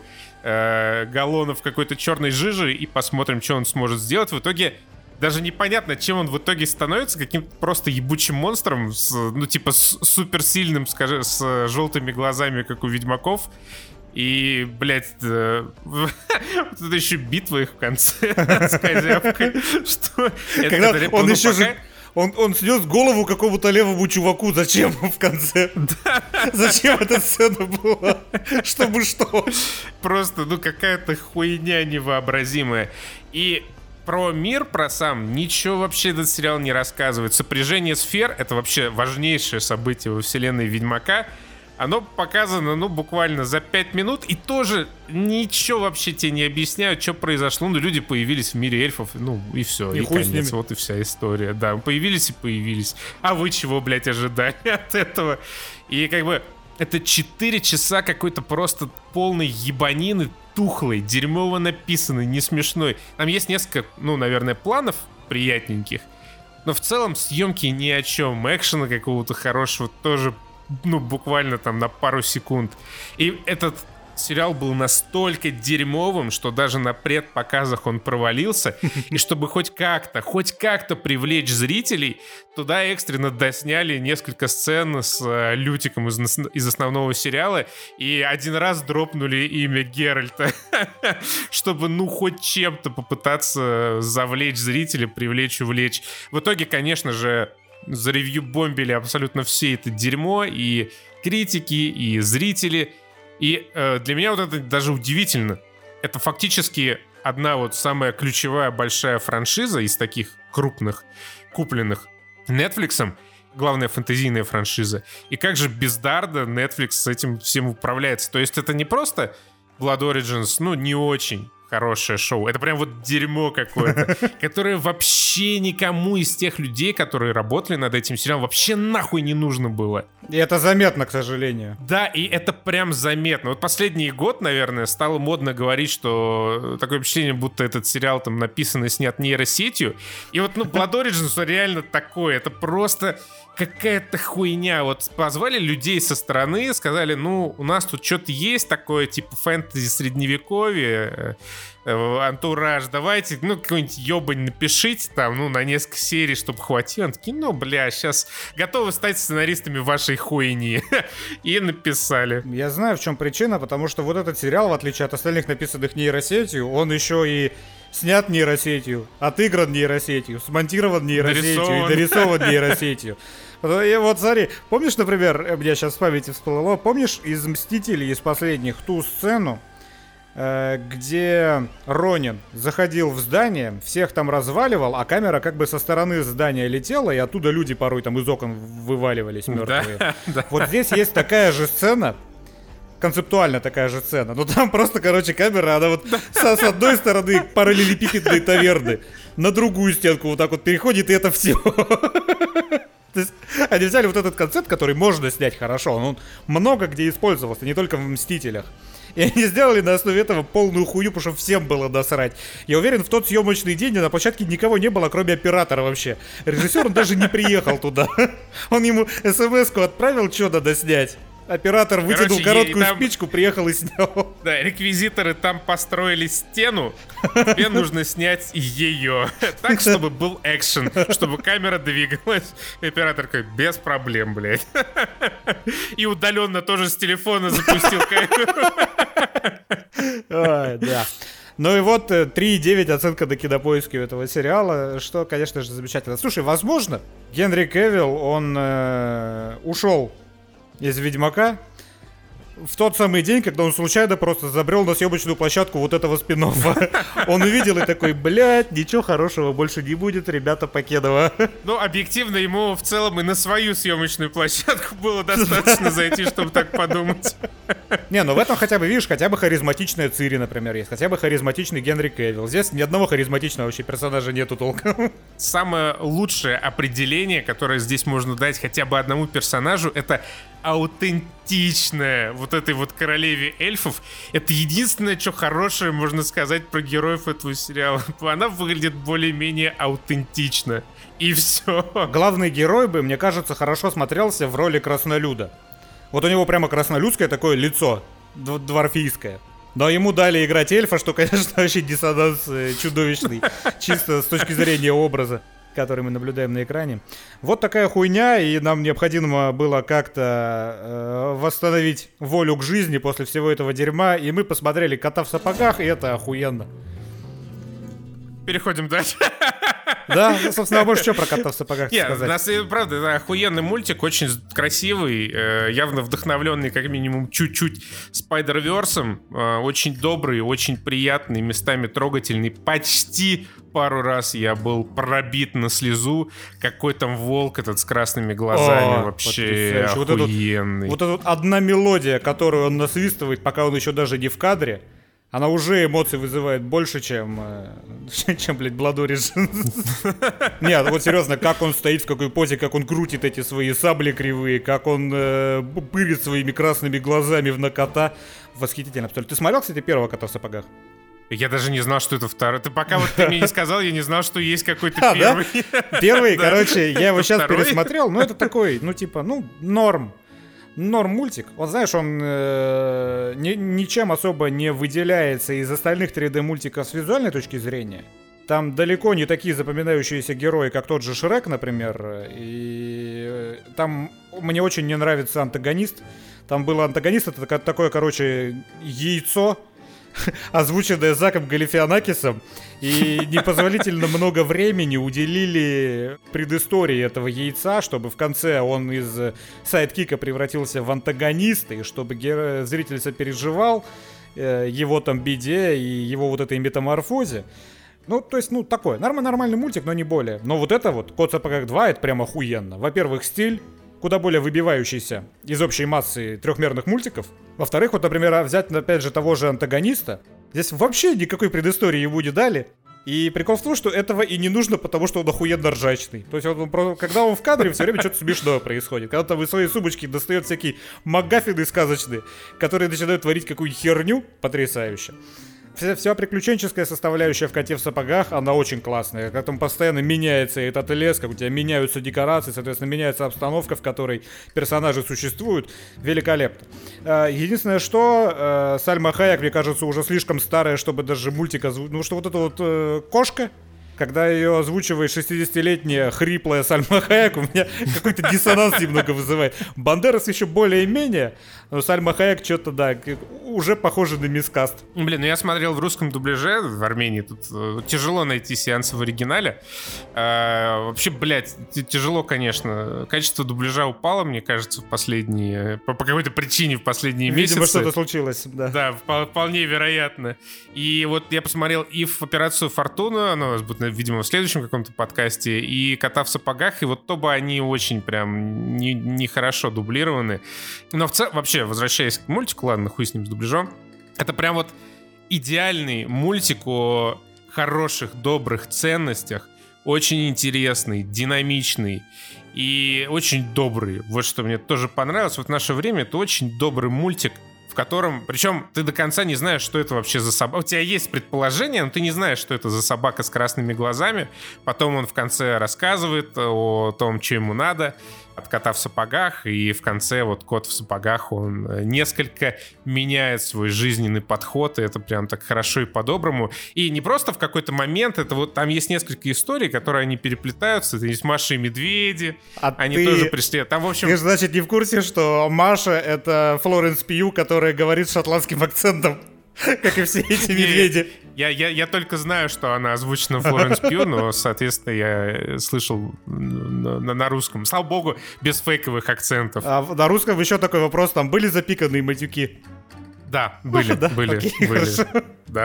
[SPEAKER 1] э, галлонов какой-то черной жижи и посмотрим, что он сможет сделать. В итоге даже непонятно, чем он в итоге становится, каким-то просто ебучим монстром, с, ну, типа, с суперсильным, скажи, с желтыми глазами, как у ведьмаков. И, блядь, э, вот это еще битва их в конце с козявкой. Что?
[SPEAKER 2] Когда он еще же... Он, он снес голову какому-то левому чуваку. Зачем в конце?
[SPEAKER 1] Да.
[SPEAKER 2] Зачем эта сцена была? Чтобы что?
[SPEAKER 1] Просто, ну, какая-то хуйня невообразимая. И про мир, про сам, ничего вообще этот сериал не рассказывает. Сопряжение сфер — это вообще важнейшее событие во вселенной Ведьмака. Оно показано, ну, буквально за пять минут, и тоже ничего вообще тебе не объясняют, что произошло. Ну, люди появились в мире эльфов, ну, и все, и, и конец, вот и вся история. Да, появились и появились. А вы чего, блядь, ожидали от этого? И как бы это четыре часа какой-то просто полной ебанины, тухлой, дерьмово написанной, не смешной. Там есть несколько, ну, наверное, планов приятненьких, но в целом съемки ни о чем. Экшена какого-то хорошего тоже, ну, буквально там на пару секунд. И этот сериал был настолько дерьмовым, что даже на предпоказах он провалился. И чтобы хоть как-то, хоть как-то привлечь зрителей, туда экстренно досняли несколько сцен с э, Лютиком из, из основного сериала. И один раз дропнули имя Геральта, чтобы, ну, хоть чем-то попытаться завлечь зрителя, привлечь, увлечь. В итоге, конечно же, заревью-бомбили абсолютно все это дерьмо, и критики, и зрители. И э, для меня вот это даже удивительно. Это фактически одна вот самая ключевая большая франшиза из таких крупных, купленных Netflix'ом. Главная фэнтезийная франшиза. И как же бездарно Netflix с этим всем управляется. То есть это не просто Blood Origins, ну, не очень хорошее шоу. Это прям вот дерьмо какое-то, которое вообще никому из тех людей, которые работали над этим сериалом, вообще нахуй не нужно было.
[SPEAKER 2] И это заметно, к сожалению.
[SPEAKER 1] Да, и это прям заметно. Вот последний год, наверное, стало модно говорить, что такое впечатление, будто этот сериал там написан и снят нейросетью. И вот, ну, Blood Origins реально такое. Это просто какая-то хуйня. Вот позвали людей со стороны, сказали, ну, у нас тут что-то есть такое, типа фэнтези средневековье, антураж, давайте, ну, какой-нибудь ёбань напишите там, ну, на несколько серий, чтобы хватило. Он такие, ну, бля, сейчас готовы стать сценаристами вашей хуйни. И написали.
[SPEAKER 2] Я знаю, в чем причина, потому что вот этот сериал, в отличие от остальных написанных нейросетью, он еще и снят нейросетью, отыгран нейросетью, смонтирован нейросетью
[SPEAKER 1] Дорисован.
[SPEAKER 2] и дорисован нейросетью. И вот смотри, помнишь, например, мне сейчас в памяти всплыло, помнишь из «Мстителей», из последних, ту сцену, где Ронин заходил в здание, всех там разваливал, а камера как бы со стороны здания летела, и оттуда люди порой там из окон вываливались мертвые. Да, да. Вот здесь есть такая же сцена, концептуально такая же сцена, но там просто, короче, камера, она вот с, с одной стороны параллелепипедной таверны на другую стенку вот так вот переходит, и это все. То есть они взяли вот этот концепт, который можно снять хорошо, он много где использовался, не только в «Мстителях». И они сделали на основе этого полную хуйню, потому что всем было насрать. Я уверен, в тот съемочный день на площадке никого не было, кроме оператора вообще. Режиссер, он даже не приехал туда. Он ему смс-ку отправил, что надо снять. Оператор вытянул Короче, короткую там... спичку, приехал и снял.
[SPEAKER 1] Да, реквизиторы там построили стену. Тебе нужно снять ее. Так, чтобы был экшен, чтобы камера двигалась. И оператор такой, без проблем, блядь. И удаленно тоже с телефона запустил камеру.
[SPEAKER 2] Ой, да. Ну и вот три и девять оценка на Кинопоиске у этого сериала, что, конечно же, замечательно. Слушай, возможно, Генри Кевилл, он э, ушел из «Ведьмака» в тот самый день, когда он случайно просто забрел на съемочную площадку вот этого спин-оффа. Он увидел и такой, блядь, ничего хорошего больше не будет, ребята, покедово.
[SPEAKER 1] Ну, объективно, ему в целом и на свою съемочную площадку было достаточно зайти, чтобы так подумать.
[SPEAKER 2] Не, ну в этом хотя бы, видишь, хотя бы харизматичная Цири, например, есть. Хотя бы харизматичный Генри Кевилл. Здесь ни одного харизматичного вообще персонажа нету толком.
[SPEAKER 1] Самое лучшее определение, которое здесь можно дать хотя бы одному персонажу, это аутентичная вот этой вот королеве эльфов. Это единственное, что хорошее можно сказать про героев этого сериала. Она выглядит более-менее аутентично. И все.
[SPEAKER 2] Главный герой бы, мне кажется, хорошо смотрелся в роли краснолюда. Вот у него прямо краснолюдское такое лицо, дворфийское. Но ему дали играть эльфа, что, конечно, вообще диссонанс чудовищный. Чисто с точки зрения образа, который мы наблюдаем на экране. Вот такая хуйня, и нам необходимо было как-то э, восстановить волю к жизни после всего этого дерьма, и мы посмотрели «Кота в сапогах», и это охуенно.
[SPEAKER 1] Переходим дальше.
[SPEAKER 2] Да, ну, собственно, больше что про «Кота в сапогах»
[SPEAKER 1] Нет,
[SPEAKER 2] сказать?
[SPEAKER 1] Нас, правда, это охуенный мультик, очень красивый, э, явно вдохновленный, как минимум, чуть-чуть Спайдерверсом. Э, очень добрый, очень приятный, местами трогательный. Почти пару раз я был пробит на слезу. Какой там волк этот с красными глазами. О, вообще охуенный.
[SPEAKER 2] Вот эта вот одна мелодия, которую он насвистывает, пока он еще даже не в кадре, она уже эмоций вызывает больше, чем, чем, блядь, Blood Origins. Нет, вот серьезно, как он стоит, в какой позе, как он крутит эти свои сабли кривые, как он э, пырит своими красными глазами на кота. Восхитительно, абсолютно. Ты смотрел, кстати, первого «Кота в сапогах»?
[SPEAKER 1] Я даже не знал, что это второй. Ты пока вот ты мне не сказал, я не знал, что есть какой-то первый.
[SPEAKER 2] Первый, короче, я его сейчас пересмотрел, но это такой, ну типа, ну, норм. Норм мультик. Вот знаешь, он э, ни, ничем особо не выделяется из остальных три дэ мультиков с визуальной точки зрения. Там далеко не такие запоминающиеся герои, как тот же Шрек, например. И там мне очень не нравится антагонист. Там был антагонист, это такое, короче, яйцо, озвученная Заком Галифианакисом, и непозволительно много времени уделили предыстории этого яйца, чтобы в конце он из сайдкика превратился в антагониста, и чтобы геро- зритель сопереживал э, его там беде и его вот этой метаморфозе. Ну, то есть, ну, такой, норм- нормальный мультик, но не более. Но вот это вот, «Кот в сапогах два», это прям охуенно. Во-первых, стиль куда более выбивающийся из общей массы трехмерных мультиков. Во-вторых, вот, например, взять, опять же, того же антагониста. Здесь вообще никакой предыстории ему не дали. И прикол в том, что этого и не нужно, потому что он охуенно ржачный. То есть, он, он, когда он в кадре, все время что-то смешное происходит. Когда там из своей сумочки достает всякие магафины сказочные, которые начинают творить какую-нибудь херню, потрясающе. Вся, вся приключенческая составляющая в «Коте в сапогах», она очень классная. Когда там постоянно меняется этот лес, как у тебя меняются декорации, соответственно, меняется обстановка, в которой персонажи существуют. Великолепно. Единственное, что Сальма Хайек, мне кажется, уже слишком старая, чтобы даже мультик озвучить. Ну, что вот эта вот кошка, когда ее озвучивает шестидесятилетняя хриплая Сальма Хайек, у меня какой-то диссонанс немного вызывает. Бандерас еще более-менее, но Сальма Хайек что-то, да, уже похоже на мискаст.
[SPEAKER 1] Блин, ну я смотрел в русском дубляже в Армении, тут э, тяжело найти сеансы в оригинале. Э, вообще, блядь, тяжело, конечно. Качество дубляжа упало, мне кажется, в последние... По, по какой-то причине в последние
[SPEAKER 2] Видимо,
[SPEAKER 1] месяцы.
[SPEAKER 2] Видимо, что-то случилось, да.
[SPEAKER 1] Да, вполне вероятно. И вот я посмотрел и в «Операцию Фортуна», она у нас будет, видимо, в следующем каком-то подкасте, и «Кота в сапогах», и вот то бы они очень прям нехорошо не, не дублированы. Но в целом, вообще, возвращаясь к мультику, ладно, хуй с ним, с дубляжом, это прям вот идеальный мультик о хороших, добрых ценностях, очень интересный, динамичный и очень добрый. Вот что мне тоже понравилось. Вот в наше время это очень добрый мультик, в котором, причем ты до конца не знаешь, что это вообще за собака. У тебя есть предположение, но ты не знаешь, что это за собака с красными глазами. Потом он в конце рассказывает о том, что ему надо, от «Кота в сапогах», и в конце вот «Кот в сапогах», он несколько меняет свой жизненный подход, и это прям так хорошо и по-доброму. И не просто в какой-то момент, это вот там есть несколько историй, которые они переплетаются. Это есть Маша и Медведи, а они ты... тоже пришли. Там, в общем...
[SPEAKER 2] Ты же, значит, не в курсе, что Маша — это Флоренс Пью, которая говорит с шотландским акцентом, как и все эти медведи.
[SPEAKER 1] Я, я, я только знаю, что она озвучена Флоренс Пью, но, соответственно, я слышал на, на русском. Слава богу, без фейковых акцентов.
[SPEAKER 2] А на русском еще такой вопрос, там были запиканные матюки?
[SPEAKER 1] Да, были,
[SPEAKER 2] да?
[SPEAKER 1] были,
[SPEAKER 2] Окей,
[SPEAKER 1] были.
[SPEAKER 2] Хорошо.
[SPEAKER 1] Да.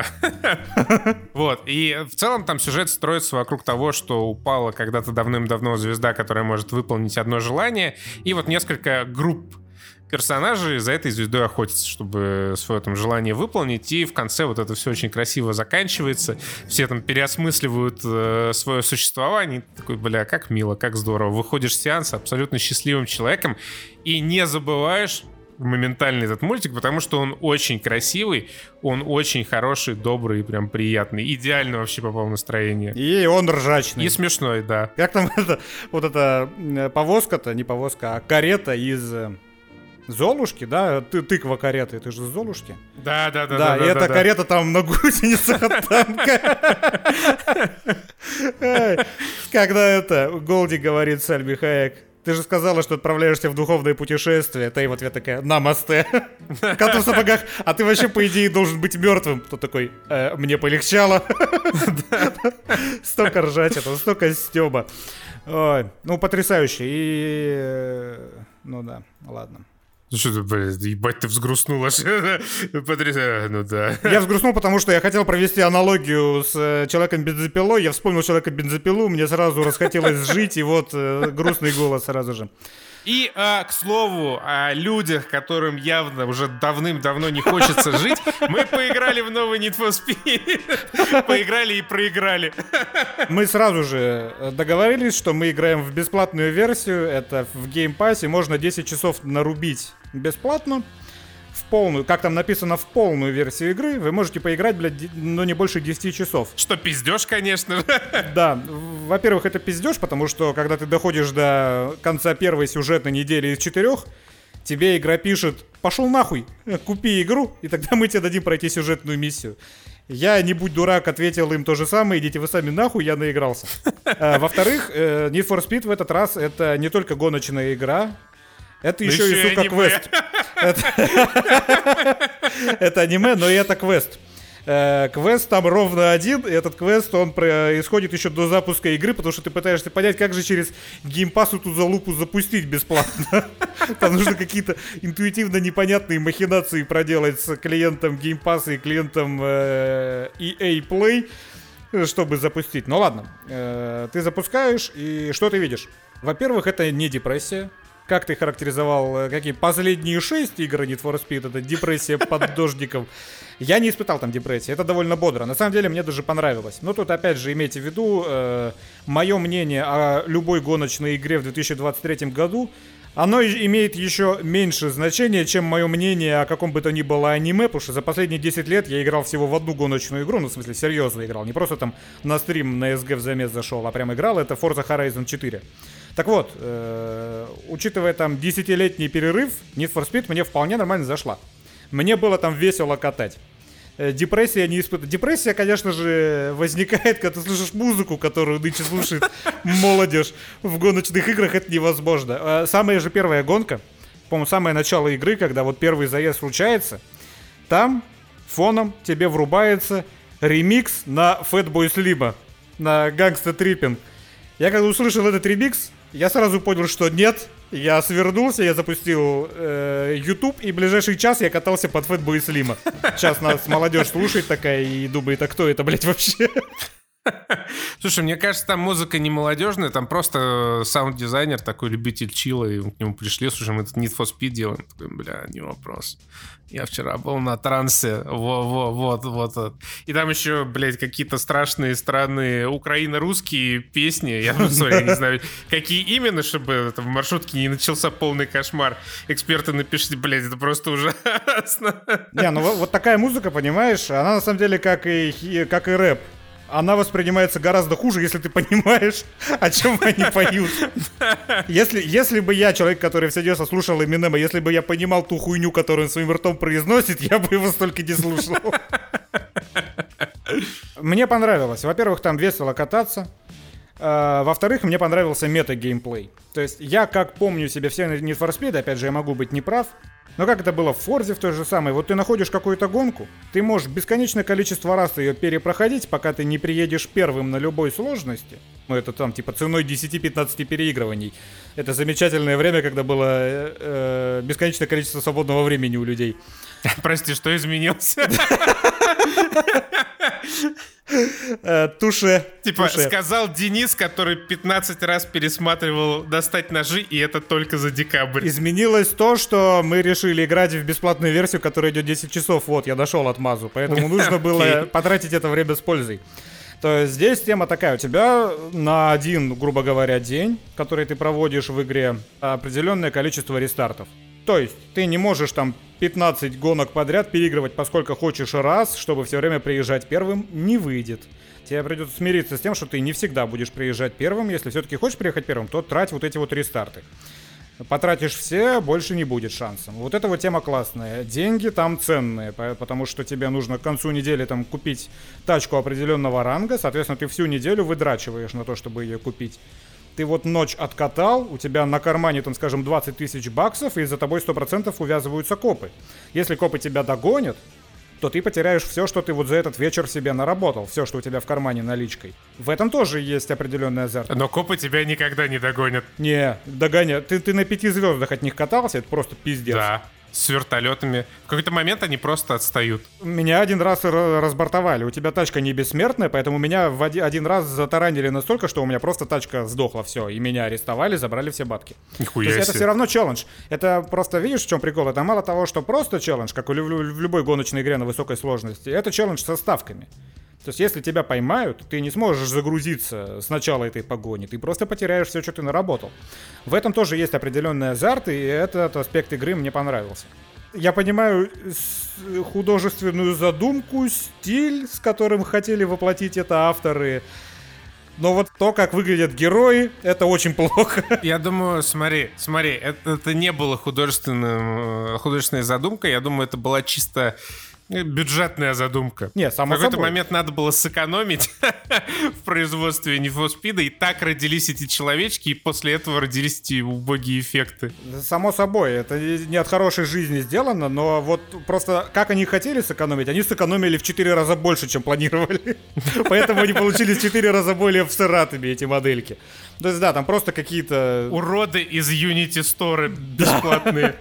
[SPEAKER 1] Вот, и в целом там сюжет строится вокруг того, что упала когда-то давным-давно звезда, которая может выполнить одно желание, и вот несколько групп персонажи за этой звездой охотятся, чтобы свое там желание выполнить, и в конце вот это все очень красиво заканчивается, все там переосмысливают э, свое существование, и такой, бля, как мило, как здорово, выходишь с сеанса абсолютно счастливым человеком и не забываешь моментально этот мультик, потому что он очень красивый, он очень хороший, добрый, прям приятный, идеально вообще попал в настроение.
[SPEAKER 2] И он ржачный.
[SPEAKER 1] И смешной, да.
[SPEAKER 2] Как там это, вот эта повозка-то, не повозка, а карета из... Золушки, да? Ты, тыква кареты, это же с Золушки.
[SPEAKER 1] Да, да, да.
[SPEAKER 2] Да,
[SPEAKER 1] да,
[SPEAKER 2] и
[SPEAKER 1] да,
[SPEAKER 2] эта
[SPEAKER 1] да,
[SPEAKER 2] карета да. там на гусеницах от танка. Когда это Голди говорит Сальме Хайек: ты же сказала, что отправляешься в духовное путешествие. Та и в ответ такая: намасте. Коту в сапогах, а ты вообще, по идее, должен быть мертвым. Тот такой: э, мне полегчало. Столько ржачего, столько стёба. Ой, ну, потрясающе. И... Ну да, ладно.
[SPEAKER 1] Ну что ты, блядь, ебать, ты взгрустнул аж. Потрясающе, ну да.
[SPEAKER 2] Я взгрустнул, потому что я хотел провести аналогию с Человеком-бензопилой. Я вспомнил Человека-бензопилу, мне сразу расхотелось жить, и вот э, грустный голос сразу же.
[SPEAKER 1] И, а, к слову, о людях, которым явно уже давным-давно не хочется жить, мы поиграли в новый Need for Speed. Поиграли и проиграли.
[SPEAKER 2] Мы сразу же договорились, что мы играем в бесплатную версию. Это в Game Pass, можно десять часов нарубить бесплатно. В полную, как там написано, в полную версию игры вы можете поиграть, блядь, ну не больше десяти часов.
[SPEAKER 1] Что пиздёж, конечно же.
[SPEAKER 2] Да, во-первых, это пиздёж, потому что когда ты доходишь до конца первой сюжетной недели из четырех, тебе игра пишет: пошел нахуй, купи игру, и тогда мы тебе дадим пройти сюжетную миссию. Я, не будь дурак, ответил им то же самое: идите вы сами нахуй, я наигрался. А, во-вторых, Need for Speed в этот раз это не только гоночная игра, это еще, еще и, сука, квест. Это... это аниме, но и это квест. Э, квест там ровно один, и этот квест, он происходит еще до запуска игры, потому что ты пытаешься понять, как же через геймпас эту залупу запустить бесплатно. Там нужно какие-то интуитивно непонятные махинации проделать с клиентом геймпаса и клиентом э, и эй Play, чтобы запустить. Ну ладно, э, ты запускаешь, и что ты видишь? Во-первых, это не депрессия. Как ты характеризовал, какие последние шесть игр Need for Speed, это депрессия под дождиком. Я не испытал там депрессии, это довольно бодро. На самом деле мне даже понравилось. Но тут опять же имейте в виду, э, мое мнение о любой гоночной игре в две тысячи двадцать третьем году, оно имеет еще меньше значения, чем мое мнение о каком бы то ни было аниме, потому что за последние десять лет я играл всего в одну гоночную игру, ну в смысле серьезно играл, не просто там на стрим на эс джи в замес зашел, а прям играл, это Forza Horizon четыре. Так вот, э, учитывая там десятилетний перерыв, Need for Speed мне вполне нормально зашла. Мне было там весело катать. Э, депрессия не испытываю. Депрессия, конечно же, возникает, когда ты слышишь музыку, которую нынче слушает молодежь в гоночных играх, это невозможно. Э, самая же первая гонка, по-моему, самое начало игры, когда вот первый заезд случается, там фоном тебе врубается ремикс на Fatboy Slim, на Gangsta Trippin'. Я когда услышал этот ремикс, я сразу понял, что нет. Я свернулся, я запустил э, YouTube, и ближайший час я катался под Fatboy Slim. Сейчас нас молодежь слушает такая и думает, а кто это, блядь, вообще?
[SPEAKER 1] Слушай, мне кажется, там музыка не молодежная, там просто саунд-дизайнер, такой любитель чила, и к нему пришли, слушай, мы тут Need for Speed делаем. Такой, бля, не вопрос. Я вчера был на трансе, вот, вот, вот. И там еще, блядь, какие-то страшные, странные украино-русские песни. Я, ну, sorry, я не знаю, какие именно, чтобы в маршрутке не начался полный кошмар. Эксперты напишите, блядь, это просто ужасно.
[SPEAKER 2] Не, ну вот такая музыка, понимаешь, она на самом деле как и, как и рэп. Она воспринимается гораздо хуже, если ты понимаешь, о чем они поют. Если, если бы я, человек, который все детство слушал Эминема, если бы я понимал ту хуйню, которую он своим ртом произносит, я бы его столько не слушал. Мне понравилось. Во-первых, там весело кататься. Uh, во-вторых, мне понравился мета-геймплей. То есть я, как помню себе все Need for Speed, опять же, я могу быть неправ, но как это было в Forza в той же самой, вот ты находишь какую-то гонку, ты можешь бесконечное количество раз ее перепроходить, пока ты не приедешь первым на любой сложности. Ну, это там типа ценой десять-пятнадцать переигрываний. Это замечательное время, когда было э, э, бесконечное количество свободного времени у людей.
[SPEAKER 1] Прости, что изменился?
[SPEAKER 2] Туше.
[SPEAKER 1] Типа сказал Денис, который пятнадцать раз пересматривал «Достать ножи», и это только за декабрь.
[SPEAKER 2] Изменилось то, что мы решили играть в бесплатную версию, которая идет десять часов. Вот, я дошел от Мазу, поэтому нужно было потратить это время с пользой. То есть здесь тема такая, у тебя на один, грубо говоря, день, который ты проводишь в игре, определенное количество рестартов. То есть ты не можешь там пятнадцать гонок подряд переигрывать поскольку хочешь раз, чтобы все время приезжать первым, не выйдет. Тебе придется смириться с тем, что ты не всегда будешь приезжать первым. Если все-таки хочешь приехать первым, то трать вот эти вот рестарты. Потратишь все, больше не будет шансов. Вот эта вот тема классная. Деньги там ценные, потому что тебе нужно к концу недели там купить тачку определенного ранга. Соответственно, ты всю неделю выдрачиваешь на то, чтобы ее купить. Ты вот ночь откатал, у тебя на кармане, там, скажем, двадцать тысяч баксов, и за тобой сто процентов увязываются копы. Если копы тебя догонят, то ты потеряешь все, что ты вот за этот вечер себе наработал, все, что у тебя в кармане наличкой. В этом тоже есть определенный азарт.
[SPEAKER 1] Но копы тебя никогда не догонят.
[SPEAKER 2] Не, догонят. Ты, ты на пяти звездах от них катался, это просто пиздец.
[SPEAKER 1] Да. С вертолетами. В какой-то момент они просто отстают.
[SPEAKER 2] Меня один раз разбортовали. У тебя тачка не бессмертная, поэтому меня в один, один раз затаранили настолько, что у меня просто тачка сдохла, все. И меня арестовали, забрали все бабки.
[SPEAKER 1] Нихуя
[SPEAKER 2] То есть
[SPEAKER 1] себе.
[SPEAKER 2] это все равно челлендж. Это просто, видишь, в чем прикол? Это мало того, что просто челлендж, как в, в любой гоночной игре на высокой сложности, это челлендж со ставками. То есть если тебя поймают, ты не сможешь загрузиться с начала этой погони, ты просто потеряешь все, что ты наработал. В этом тоже есть определенный азарт, и этот аспект игры мне понравился. Я понимаю художественную задумку, стиль, с которым хотели воплотить это авторы, но вот то, как выглядят герои, это очень плохо.
[SPEAKER 1] Я думаю, смотри, смотри, это, это не было художественным, художественной задумкой, я думаю, это была чисто Бюджетная задумка.
[SPEAKER 2] Не, само
[SPEAKER 1] В какой-то
[SPEAKER 2] собой.
[SPEAKER 1] момент надо было сэкономить в производстве Need for Speed, и так родились эти человечки, и после этого родились эти убогие эффекты.
[SPEAKER 2] Само собой, это не от хорошей жизни сделано, но вот просто как они хотели сэкономить, они сэкономили в четыре раза больше, чем планировали. Поэтому они получили в четыре раза более всратыми, эти модельки. То есть да, там просто какие-то...
[SPEAKER 1] Уроды из Unity Store бесплатные.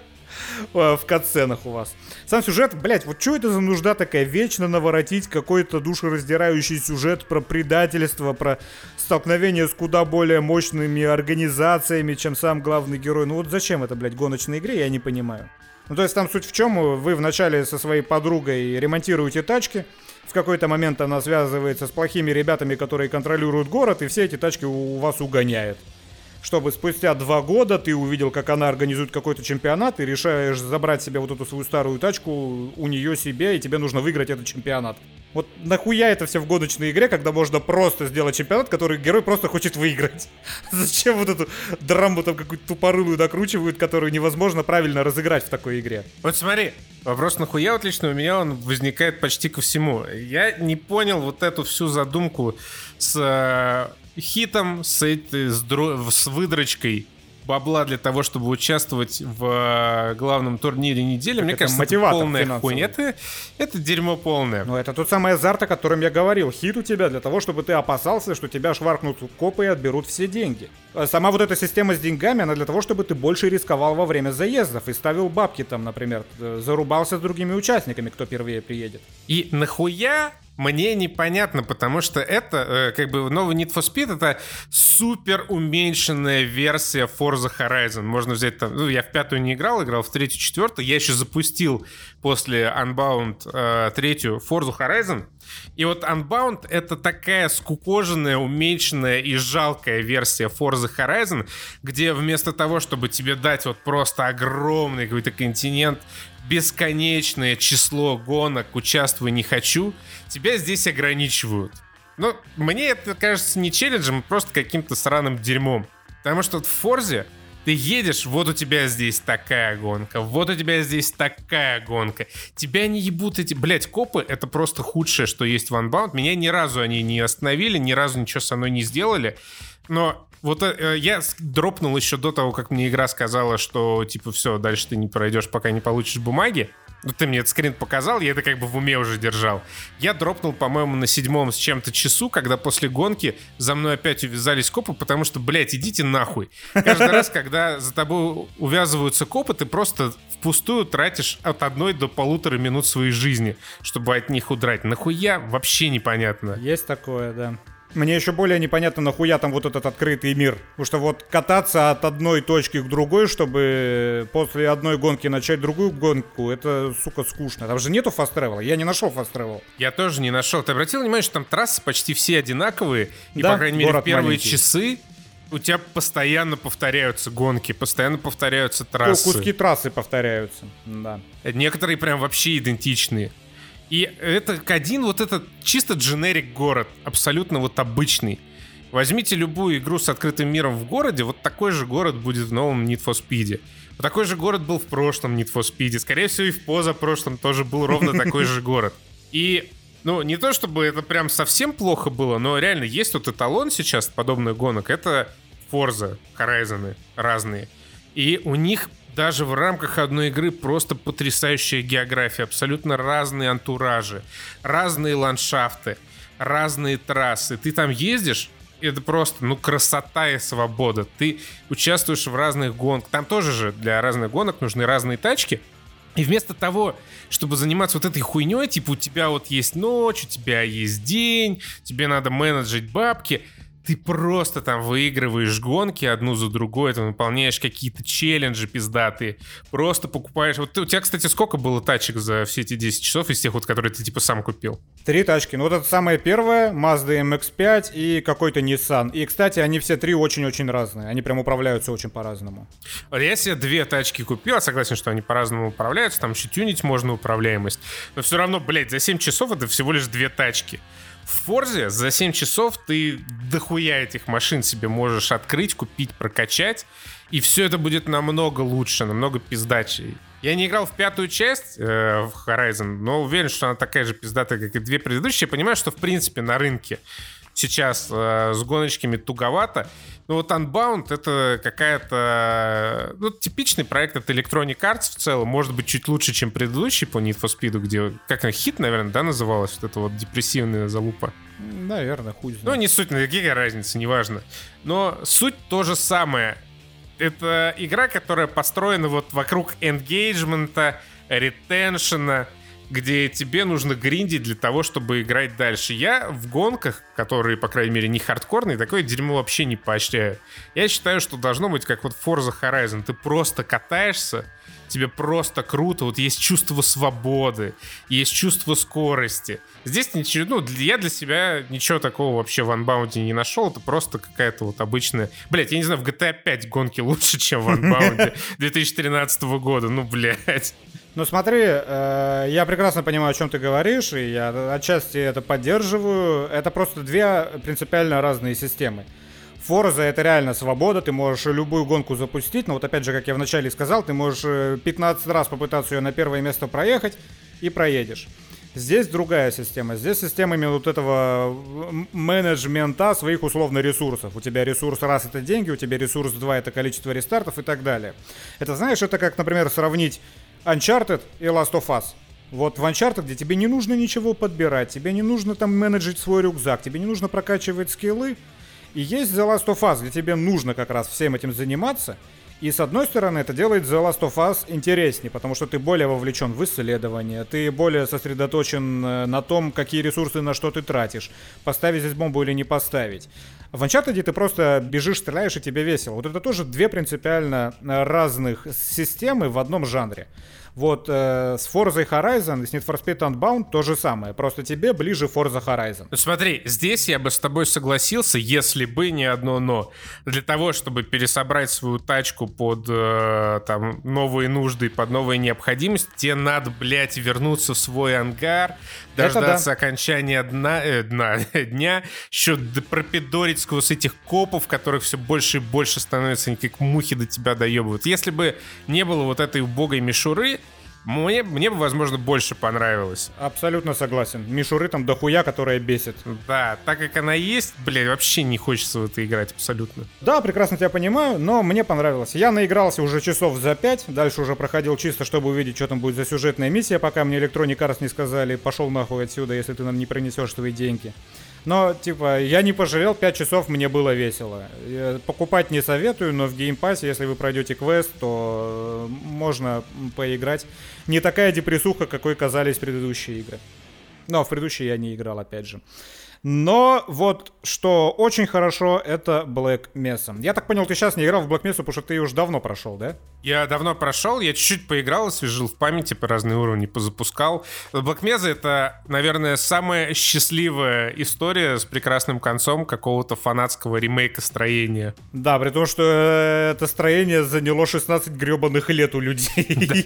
[SPEAKER 2] В катсценах у вас. Сам сюжет, блять, вот что это за нужда такая? Вечно наворотить какой-то душераздирающий сюжет про предательство, про столкновение с куда более мощными организациями, чем сам главный герой. Ну вот зачем это, блять, гоночной игре, я не понимаю. Ну то есть там суть в чем? Вы вначале со своей подругой ремонтируете тачки, в какой-то момент она связывается с плохими ребятами, которые контролируют город, и все эти тачки у вас угоняют. Чтобы спустя два года ты увидел, как она организует какой-то чемпионат, и решаешь забрать себе вот эту свою старую тачку у нее себе, и тебе нужно выиграть этот чемпионат. Вот нахуя это все в гоночной игре, когда можно просто сделать чемпионат, который герой просто хочет выиграть? Зачем вот эту драму там какую-то тупорылую докручивают, которую невозможно правильно разыграть в такой игре?
[SPEAKER 1] Вот смотри, вопрос нахуя вот лично у меня он возникает почти ко всему. Я не понял вот эту всю задумку с... хитом, с, этой, с, дро... с выдрочкой бабла для того, чтобы участвовать в главном турнире недели. Так мне кажется, это полная хуйня. Это, это дерьмо полное.
[SPEAKER 2] Ну, это тот самый азарт, о котором я говорил. Хит у тебя для того, чтобы ты опасался, что тебя шваркнут копы и отберут все деньги. Сама вот эта система с деньгами, она для того, чтобы ты больше рисковал во время заездов и ставил бабки там, например, зарубался с другими участниками, кто первее приедет.
[SPEAKER 1] И нахуя? Мне непонятно, потому что это, э, как бы, новый Need for Speed — это супер уменьшенная версия Forza Horizon. Можно взять там... Ну, я в пятую не играл, играл в третью, четвертую. Я еще запустил после Unbound э, третью Forza Horizon. И вот Unbound — это такая скукоженная, уменьшенная и жалкая версия Forza Horizon, где вместо того, чтобы тебе дать вот просто огромный какой-то континент, бесконечное число гонок, участвую не хочу, тебя здесь ограничивают. Но мне это кажется не челленджем, а просто каким-то сраным дерьмом. Потому что вот в Форзе ты едешь, вот у тебя здесь такая гонка, вот у тебя здесь такая гонка. Тебя не ебут эти... Блять, копы — это просто худшее, что есть в Unbound. Меня ни разу они не остановили, ни разу ничего со мной не сделали. Но вот э, я дропнул еще до того, как мне игра сказала, что типа все, дальше ты не пройдешь, пока не получишь бумаги. Ну, ты мне этот скрин показал, я это как бы в уме уже держал. Я дропнул, по-моему, на седьмом с чем-то часу, когда после гонки за мной опять увязались копы, потому что, блядь, идите нахуй. Каждый раз, когда за тобой увязываются копы, ты просто впустую тратишь от одной до полутора минут своей жизни, чтобы от них удрать. Нахуя? Вообще непонятно.
[SPEAKER 2] Есть такое, да. Мне еще более непонятно, нахуя там вот этот открытый мир. Потому что вот кататься от одной точки к другой, чтобы после одной гонки начать другую гонку, это, сука, скучно. Там же нету fast travel. Я не нашел fast travel.
[SPEAKER 1] Я тоже не нашел. Ты обратил внимание, что там трассы почти все одинаковые? И,
[SPEAKER 2] да,
[SPEAKER 1] по крайней мере, в первые
[SPEAKER 2] маленький.
[SPEAKER 1] часы у тебя постоянно повторяются гонки, постоянно повторяются трассы.
[SPEAKER 2] Куски трассы повторяются, да.
[SPEAKER 1] Некоторые прям вообще идентичные. И это один вот этот чисто дженерик город, абсолютно вот обычный. Возьмите любую игру с открытым миром в городе, вот такой же город будет в новом Need for Speed. Вот такой же город был в прошлом Need for Speed. Скорее всего, и в позапрошлом тоже был ровно такой же город. И, ну, не то чтобы это прям совсем плохо было, но реально есть вот эталон сейчас подобных гонок. Это Forza, Horizon разные. И у них... Даже в рамках одной игры просто потрясающая география, абсолютно разные антуражи, разные ландшафты, разные трассы. Ты там ездишь, это просто, ну, красота и свобода. Ты участвуешь в разных гонках. Там тоже же для разных гонок нужны разные тачки. И вместо того, чтобы заниматься вот этой хуйней, типа у тебя вот есть ночь, у тебя есть день, тебе надо менеджить бабки... Ты просто там выигрываешь гонки одну за другой, ты выполняешь какие-то челленджи пиздатые, просто покупаешь... Вот ты, у тебя, кстати, сколько было тачек за все эти десять часов из тех, вот, которые ты типа сам купил?
[SPEAKER 2] Три тачки. Ну вот это самая первая, Mazda эм икс пять и какой-то Nissan. И, кстати, они все три очень-очень разные. Они прям управляются очень по-разному.
[SPEAKER 1] Я себе две тачки купил, я согласен, что они по-разному управляются, там еще тюнить можно управляемость. Но все равно, блядь, за семь часов это всего лишь две тачки. В Форзе за семь часов ты дохуя этих машин себе можешь открыть, купить, прокачать, и все это будет намного лучше, намного пиздачей. Я не играл в пятую часть э, в Horizon, но уверен, что она такая же пиздатая, как и две предыдущие. Я понимаю, что, в принципе, на рынке сейчас э, с гоночками туговато. Но вот Unbound — это какая-то... Ну, типичный проект от Electronic Arts в целом. Может быть, чуть лучше, чем предыдущий по Need for Speed, где... Как она, хит, наверное, да, называлась? Вот эта вот депрессивная залупа.
[SPEAKER 2] Наверное, хуй знает.
[SPEAKER 1] Ну, не суть, какая разница, неважно. Но суть то же самое. Это игра, которая построена вот вокруг энгейджмента, ретеншена, где тебе нужно гриндить для того, чтобы играть дальше. Я в гонках, которые, по крайней мере, не хардкорные, такое дерьмо вообще не поощряю. Я считаю, что должно быть как вот Forza Horizon. Ты просто катаешься, тебе просто круто, вот есть чувство свободы, есть чувство скорости. Здесь ничего, ну, я для себя ничего такого вообще в Unbound не нашел, это просто какая-то вот обычная... Блять, я не знаю, в джи ти эй пять гонки лучше, чем в Unbound две тысячи тринадцатого года, ну, блять.
[SPEAKER 2] Ну смотри, э, я прекрасно понимаю, о чем ты говоришь, и я отчасти это поддерживаю. Это просто две принципиально разные системы. Forza — это реально свобода, ты можешь любую гонку запустить, но вот опять же, как я вначале сказал, ты можешь пятнадцать раз попытаться ее на первое место проехать и проедешь. Здесь другая система. Здесь система именно вот этого менеджмента своих условно ресурсов. У тебя ресурс раз — это деньги, у тебя ресурс два — это количество рестартов и так далее. Это, знаешь, это как, например, сравнить Uncharted и Last of Us. Вот в Uncharted, где тебе не нужно ничего подбирать, тебе не нужно там менеджить свой рюкзак, тебе не нужно прокачивать скиллы. И есть The Last of Us, где тебе нужно как раз всем этим заниматься. И с одной стороны, это делает The Last of Us интереснее, потому что ты более вовлечен в исследование, ты более сосредоточен на том, какие ресурсы на что ты тратишь, поставить здесь бомбу или не поставить. В Uncharted ты просто бежишь, стреляешь, и тебе весело. Вот это тоже две принципиально разных системы в одном жанре. Вот э, с Forza Horizon и с Need for Speed Unbound то же самое, просто тебе ближе Forza Horizon.
[SPEAKER 1] Ну смотри, здесь я бы с тобой согласился, если бы не одно но. Для того, чтобы пересобрать свою тачку под э, там новые нужды, под новые необходимости, тебе надо, блядь, вернуться в свой ангар, дождаться да. окончания дна, э, дна, дня, еще пропидорить сквозь этих копов, которых все больше и больше становится, они как мухи до тебя доебывают. Если бы не было вот этой убогой мишуры, Мне, мне бы, возможно, больше понравилось.
[SPEAKER 2] Абсолютно согласен. Мишуры там дохуя, которая бесит.
[SPEAKER 1] Да, так как она есть, блядь, вообще не хочется в это играть абсолютно.
[SPEAKER 2] Да, прекрасно тебя понимаю, но мне понравилось. Я наигрался уже часов за пять, дальше уже проходил чисто, чтобы увидеть, что там будет за сюжетная миссия, пока мне Electronic Arts не сказали: пошел нахуй отсюда, если ты нам не принесешь свои деньги. Но, типа, я не пожалел, пять часов мне было весело. Покупать не советую, но в геймпассе, если вы пройдете квест, то можно поиграть. Не такая депрессуха, какой казались предыдущие игры. Но в предыдущие я не играл, опять же. Но вот что очень хорошо, это Black Mesa. Я так понял, ты сейчас не играл в Black Mesa, потому что ты ее уже давно прошел, да?
[SPEAKER 1] Я давно прошел, я чуть-чуть поиграл, освежил в памяти, по разные уровни позапускал. Black Mesa — это, наверное, самая счастливая история с прекрасным концом какого-то фанатского ремейка строения.
[SPEAKER 2] Да, при том, что это строение заняло шестнадцать гребаных лет у людей.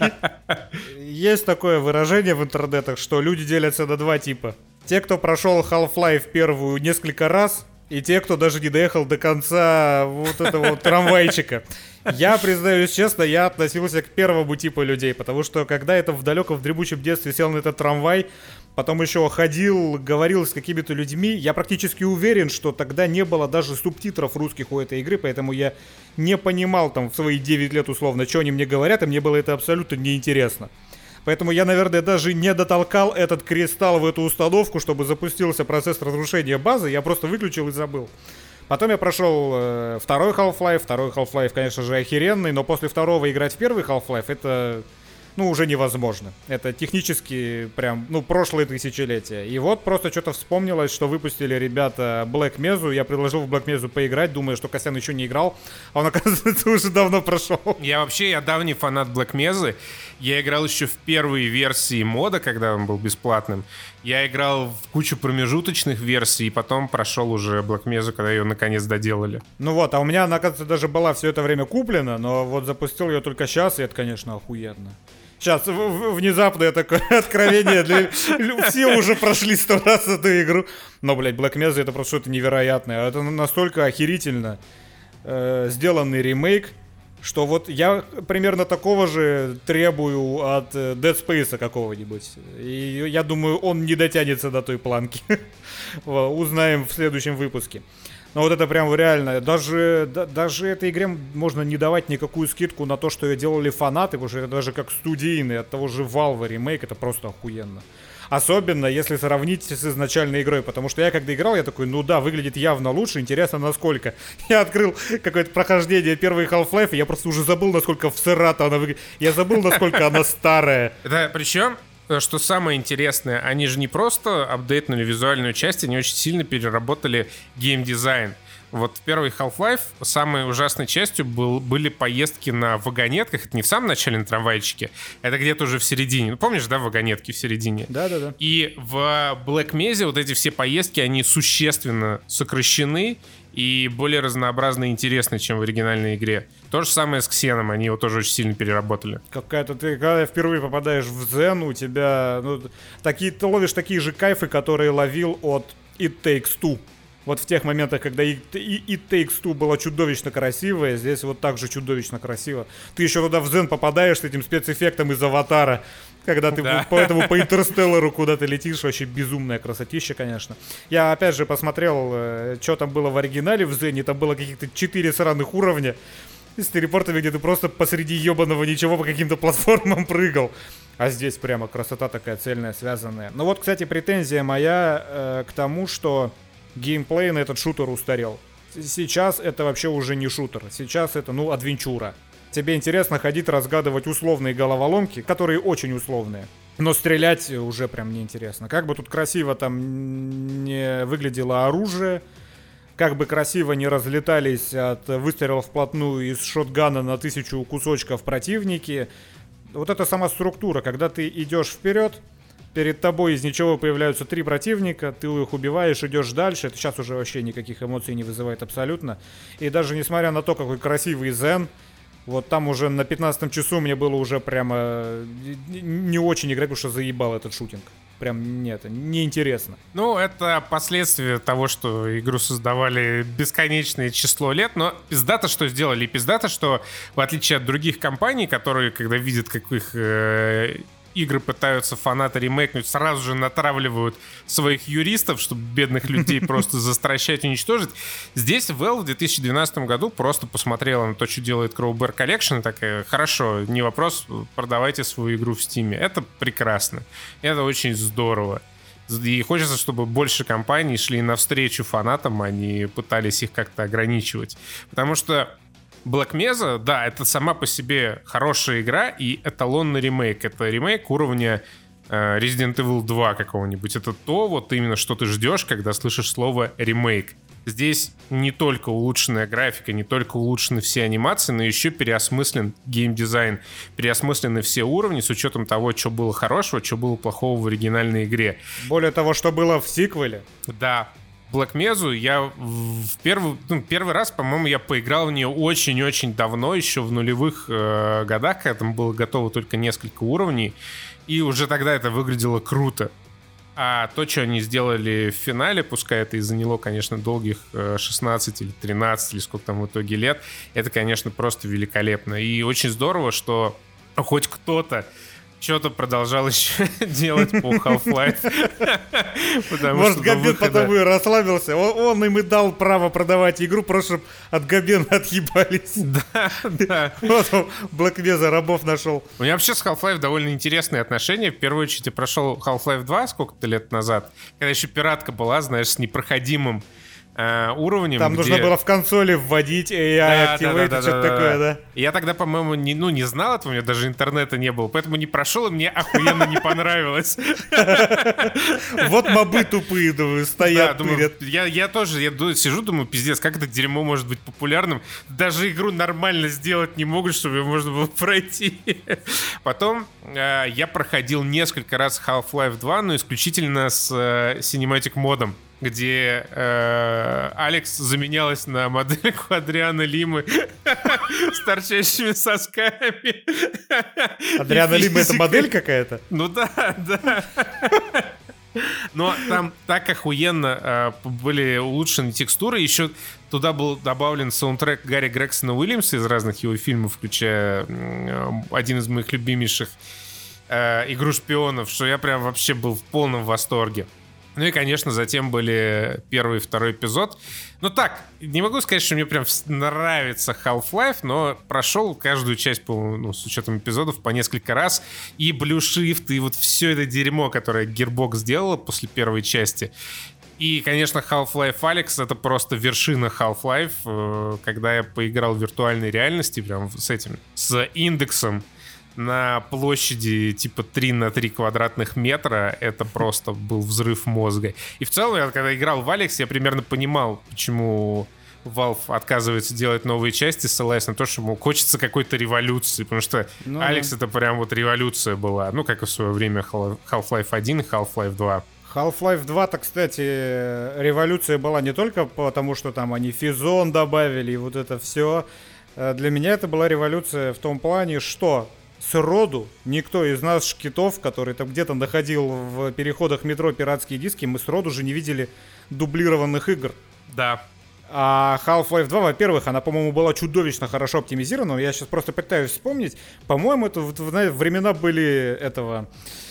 [SPEAKER 2] Есть такое выражение в интернетах, что люди делятся на два типа. Те, кто прошел Half-Life первую несколько раз, и те, кто даже не доехал до конца вот этого вот трамвайчика. Я, признаюсь честно, я относился к первому типу людей, потому что когда это в далеком, в дремучем детстве сел на этот трамвай, потом еще ходил, говорил с какими-то людьми, я практически уверен, что тогда не было даже субтитров русских у этой игры, поэтому я не понимал там в свои девять лет условно, что они мне говорят, и мне было это абсолютно неинтересно. Поэтому я, наверное, даже не дотолкал этот кристалл в эту установку, чтобы запустился процесс разрушения базы. Я просто выключил и забыл. Потом я прошел э, второй Half-Life. Второй Half-Life, конечно же, охеренный. Но после второго играть в первый Half-Life — это, ну, уже невозможно. Это технически прям, ну, прошлое тысячелетие. И вот просто что-то вспомнилось, что выпустили ребята Black Mesa. Я предложил в Black Mesa поиграть, думая, что Костян еще не играл. А он, оказывается, уже давно прошел.
[SPEAKER 1] Я вообще, я давний фанат Black Mesa. Я играл еще в первые версии мода, когда он был бесплатным. Я играл в кучу промежуточных версий, и потом прошел уже Black Mesa, когда ее наконец доделали.
[SPEAKER 2] Ну вот, а у меня, оказывается, даже была все это время куплена, но вот запустил ее только сейчас, и это, конечно, охуенно. Сейчас, в- в- внезапное такое откровение. Для... Все уже прошли сто раз эту игру. Но, блядь, Black Mesa — это просто что-то невероятное. Это настолько охерительно э, сделанный ремейк. что вот я примерно такого же требую от Dead Space какого-нибудь. И я думаю, он не дотянется до той планки. Узнаем в следующем выпуске. Но вот это прям реально, даже, да, даже этой игре можно не давать никакую скидку на то, что ее делали фанаты, потому что это даже как студийный от того же Valve ремейк, это просто охуенно. Особенно, если сравнить с изначальной игрой, потому что я когда играл, я такой, ну да, выглядит явно лучше, интересно насколько. Я открыл какое-то прохождение первой Half-Life, и я просто уже забыл, насколько всырато она выглядит. Я забыл, насколько она старая.
[SPEAKER 1] Да, причем... Что самое интересное, они же не просто апдейтнули визуальную часть, они очень сильно переработали геймдизайн. Вот в первой Half-Life самой ужасной частью был, были поездки на вагонетках. Это не в самом начале на трамвайчике, это где-то уже в середине. Ну, помнишь, да, вагонетки в середине?
[SPEAKER 2] Да-да-да.
[SPEAKER 1] И в Black Mesa вот эти все поездки, они существенно сокращены и более разнообразны и интересны, чем в оригинальной игре. То же самое с Ксеном, они его тоже очень сильно переработали.
[SPEAKER 2] Какая-то ты, когда впервые попадаешь в Zen, у тебя, ну, такие, ты ловишь такие же кайфы, которые ловил от It Takes Two. Вот в тех моментах, когда It, It Takes Two была чудовищно красивая, здесь вот так же чудовищно красиво. Ты еще туда в Zen попадаешь с этим спецэффектом из Аватара, когда ты да. по этому по Интерстеллару куда-то летишь, вообще безумная красотища, конечно. Я опять же посмотрел, что там было в оригинале в Зене, там было каких-то четыре сраных уровня с телепортами, где ты просто посреди ебаного ничего по каким-то платформам прыгал. А здесь прямо красота такая цельная, связанная. Ну вот, кстати, претензия моя э, к тому, что геймплей на этот шутер устарел. Сейчас это вообще уже не шутер. Сейчас это, ну, адвенчура. Тебе интересно ходить, разгадывать условные головоломки, которые очень условные. Но стрелять уже прям неинтересно. Как бы тут красиво там не выглядело оружие, как бы красиво не разлетались от выстрелов вплотную из шотгана на тысячу кусочков противники. Вот эта сама структура, когда ты идешь вперед, перед тобой из ничего появляются три противника, ты их убиваешь, идешь дальше. Это сейчас уже вообще никаких эмоций не вызывает абсолютно. И даже несмотря на то, какой красивый Зен, вот там уже на пятнадцатом часу мне было уже прямо не очень играть, потому что заебал этот шутинг. Прям нет, неинтересно.
[SPEAKER 1] Ну, это последствия того, что игру создавали бесконечное число лет, но пиздато, что сделали. И пиздато, что в отличие от других компаний, которые, когда видят, как их э, игры пытаются фанаты ремейкнуть, сразу же натравливают своих юристов, чтобы бедных людей просто застращать, уничтожить. Здесь Valve в две тысячи двенадцатом году просто посмотрела на то, что делает Crowbar Collection, и такая: хорошо, не вопрос, продавайте свою игру в Steam. Это прекрасно. Это очень здорово. И хочется, чтобы больше компаний шли навстречу фанатам, а не пытались их как-то ограничивать. Потому что Black Mesa, да, это сама по себе хорошая игра и эталонный ремейк. Это ремейк уровня э, Resident Evil два какого-нибудь. Это то, вот именно, что ты ждешь, когда слышишь слово ремейк. Здесь не только улучшенная графика, не только улучшены все анимации, но еще переосмыслен геймдизайн, переосмыслены все уровни с учетом того, что было хорошего, что было плохого в оригинальной игре.
[SPEAKER 2] Более того, что было в сиквеле.
[SPEAKER 1] Да. Black Mesa я в первый, ну, первый раз, по-моему, я поиграл в нее очень-очень давно, еще в нулевых э, годах, когда там было готово только несколько уровней, и уже тогда это выглядело круто. А то, что они сделали в финале, пускай это и заняло, конечно, долгих э, шестнадцать или тринадцать, или сколько там в итоге лет, это, конечно, просто великолепно. И очень здорово, что хоть кто-то что-то продолжал еще делать по Half-Life.
[SPEAKER 2] Может, Габен потому и расслабился. Он, он им и дал право продавать игру, просто чтобы от Габена отъебались.
[SPEAKER 1] Да, да.
[SPEAKER 2] Вот он Black Mesa рабов нашел.
[SPEAKER 1] У меня вообще с Half-Life довольно интересные отношения. В первую очередь я прошел Half-Life два сколько-то лет назад, когда еще пиратка была, знаешь, с непроходимым Uh, уровнем.
[SPEAKER 2] Там
[SPEAKER 1] где...
[SPEAKER 2] нужно было в консоли вводить эй ай
[SPEAKER 1] да,
[SPEAKER 2] Activate,
[SPEAKER 1] да, да,
[SPEAKER 2] что-то
[SPEAKER 1] да,
[SPEAKER 2] такое,
[SPEAKER 1] да.
[SPEAKER 2] да?
[SPEAKER 1] Я тогда, по-моему, не, ну, не знал этого, у меня даже интернета не было, поэтому не прошел, и мне охуенно не понравилось.
[SPEAKER 2] Вот мобы тупые, думаю, стоят, тырят.
[SPEAKER 1] Я тоже сижу, думаю, пиздец, как это дерьмо может быть популярным? Даже игру нормально сделать не могут, чтобы ее можно было пройти. Потом я проходил несколько раз Half-Life два, но исключительно с Cinematic модом, где э, Алекс заменялась на модельку Адрианы Лимы с торчащими сосками.
[SPEAKER 2] Адриана Лима — это модель какая-то?
[SPEAKER 1] Ну да, да. Но там так охуенно э, были улучшены текстуры. Еще туда был добавлен саундтрек Гарри Грегсона Уильямса из разных его фильмов, включая э, один из моих любимейших э, «Игру шпионов», что я прям вообще был в полном восторге. Ну и, конечно, затем были первый и второй эпизод. Ну так, не могу сказать, что мне прям нравится Half-Life, но прошел каждую часть, по, ну, с учетом эпизодов, по несколько раз. И Blue Shift, и вот все это дерьмо, которое Gearbox сделала после первой части. И, конечно, Half-Life Alyx — это просто вершина Half-Life. Когда я поиграл в виртуальной реальности, прям с этим, с индексом, на площади типа три на три квадратных метра, это просто был взрыв мозга. И в целом, я когда играл в Alyx, я примерно понимал, почему Valve отказывается делать новые части, ссылаясь на то, что, мол, хочется какой-то революции, потому что ну, Alyx — это прям вот революция была, ну, как и в свое время Half-Life один и Half-Life два.
[SPEAKER 2] Half-Life два-то, кстати, революция была не только потому, что там они физон добавили и вот это все. Для меня это была революция в том плане, что сроду никто из нас, шкитов, который там где-то находил в переходах метро пиратские диски, мы сроду же не видели дублированных игр.
[SPEAKER 1] Да.
[SPEAKER 2] А Half-Life два, во-первых, она, по-моему, была чудовищно хорошо оптимизирована. Я сейчас просто пытаюсь вспомнить. По-моему, это в времена были этого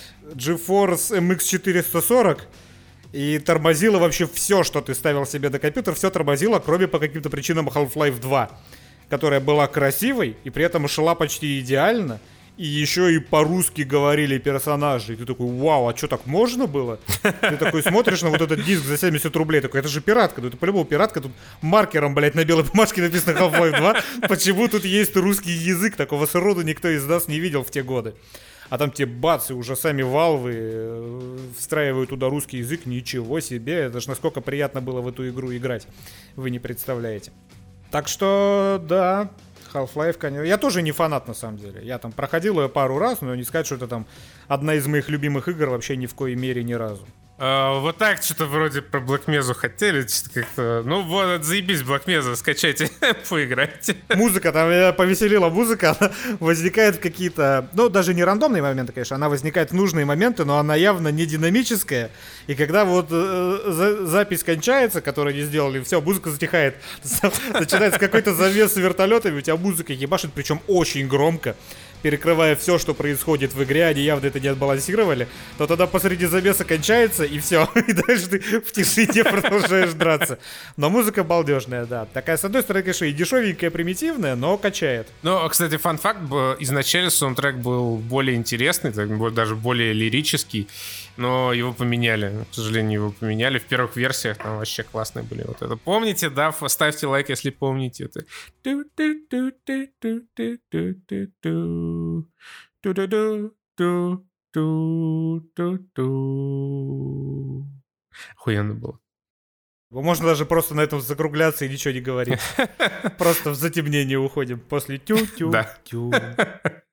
[SPEAKER 2] GeForce эм икс четыреста сорок. И тормозило вообще все, что ты ставил себе на компьютер. Все тормозило, кроме по каким-то причинам Half-Life два, которая была красивой и при этом шла почти идеально. И еще и по-русски говорили персонажи. И ты такой, вау, а что, так можно было? Ты такой смотришь на вот этот диск за семьдесят рублей. Такой, это же пиратка. Ну это по-любому пиратка. Тут маркером, блядь, на белой бумажке написано Half-Life два. Почему тут есть русский язык? Такого сроду никто из нас не видел в те годы. А там тебе бац, и уже сами Valve встраивают туда русский язык. Ничего себе. Это же насколько приятно было в эту игру играть. Вы не представляете. Так что, да... Half-Life, конечно. Я тоже не фанат, на самом деле. Я там проходил ее пару раз, но не сказать, что это там одна из моих любимых игр вообще ни в коей мере ни разу.
[SPEAKER 1] Uh, вот так что-то вроде про Black Mesa хотели, что-то как-то... Ну вот, заебись, Black Mesa, скачайте, поиграйте.
[SPEAKER 2] Музыка, там меня повеселила музыка, она возникает в какие-то... Ну, даже не рандомные моменты, конечно, она возникает в нужные моменты, но она явно не динамическая. И когда вот э, за, запись кончается, которую они сделали, все, музыка затихает. Начинается какой-то завес с вертолетами, у тебя музыка ебашит, причем очень громко, перекрывая все, что происходит в игре, они явно это не отбалансировали, то тогда посреди замеса кончается, и все, и дальше ты в тишине продолжаешь драться. Но музыка балдежная, да. Такая, с одной стороны, конечно, и дешевенькая, примитивная, но качает.
[SPEAKER 1] Ну, кстати, фан-факт, изначально саундтрек был более интересный, даже более лирический, но его поменяли, к сожалению, его поменяли. В первых версиях там вообще классные были вот это. Помните, да? Ставьте лайк, если помните это. Охуенно было.
[SPEAKER 2] Можно даже просто на этом закругляться и ничего не говорить. Просто в затемнение уходим после тю-тю-тю.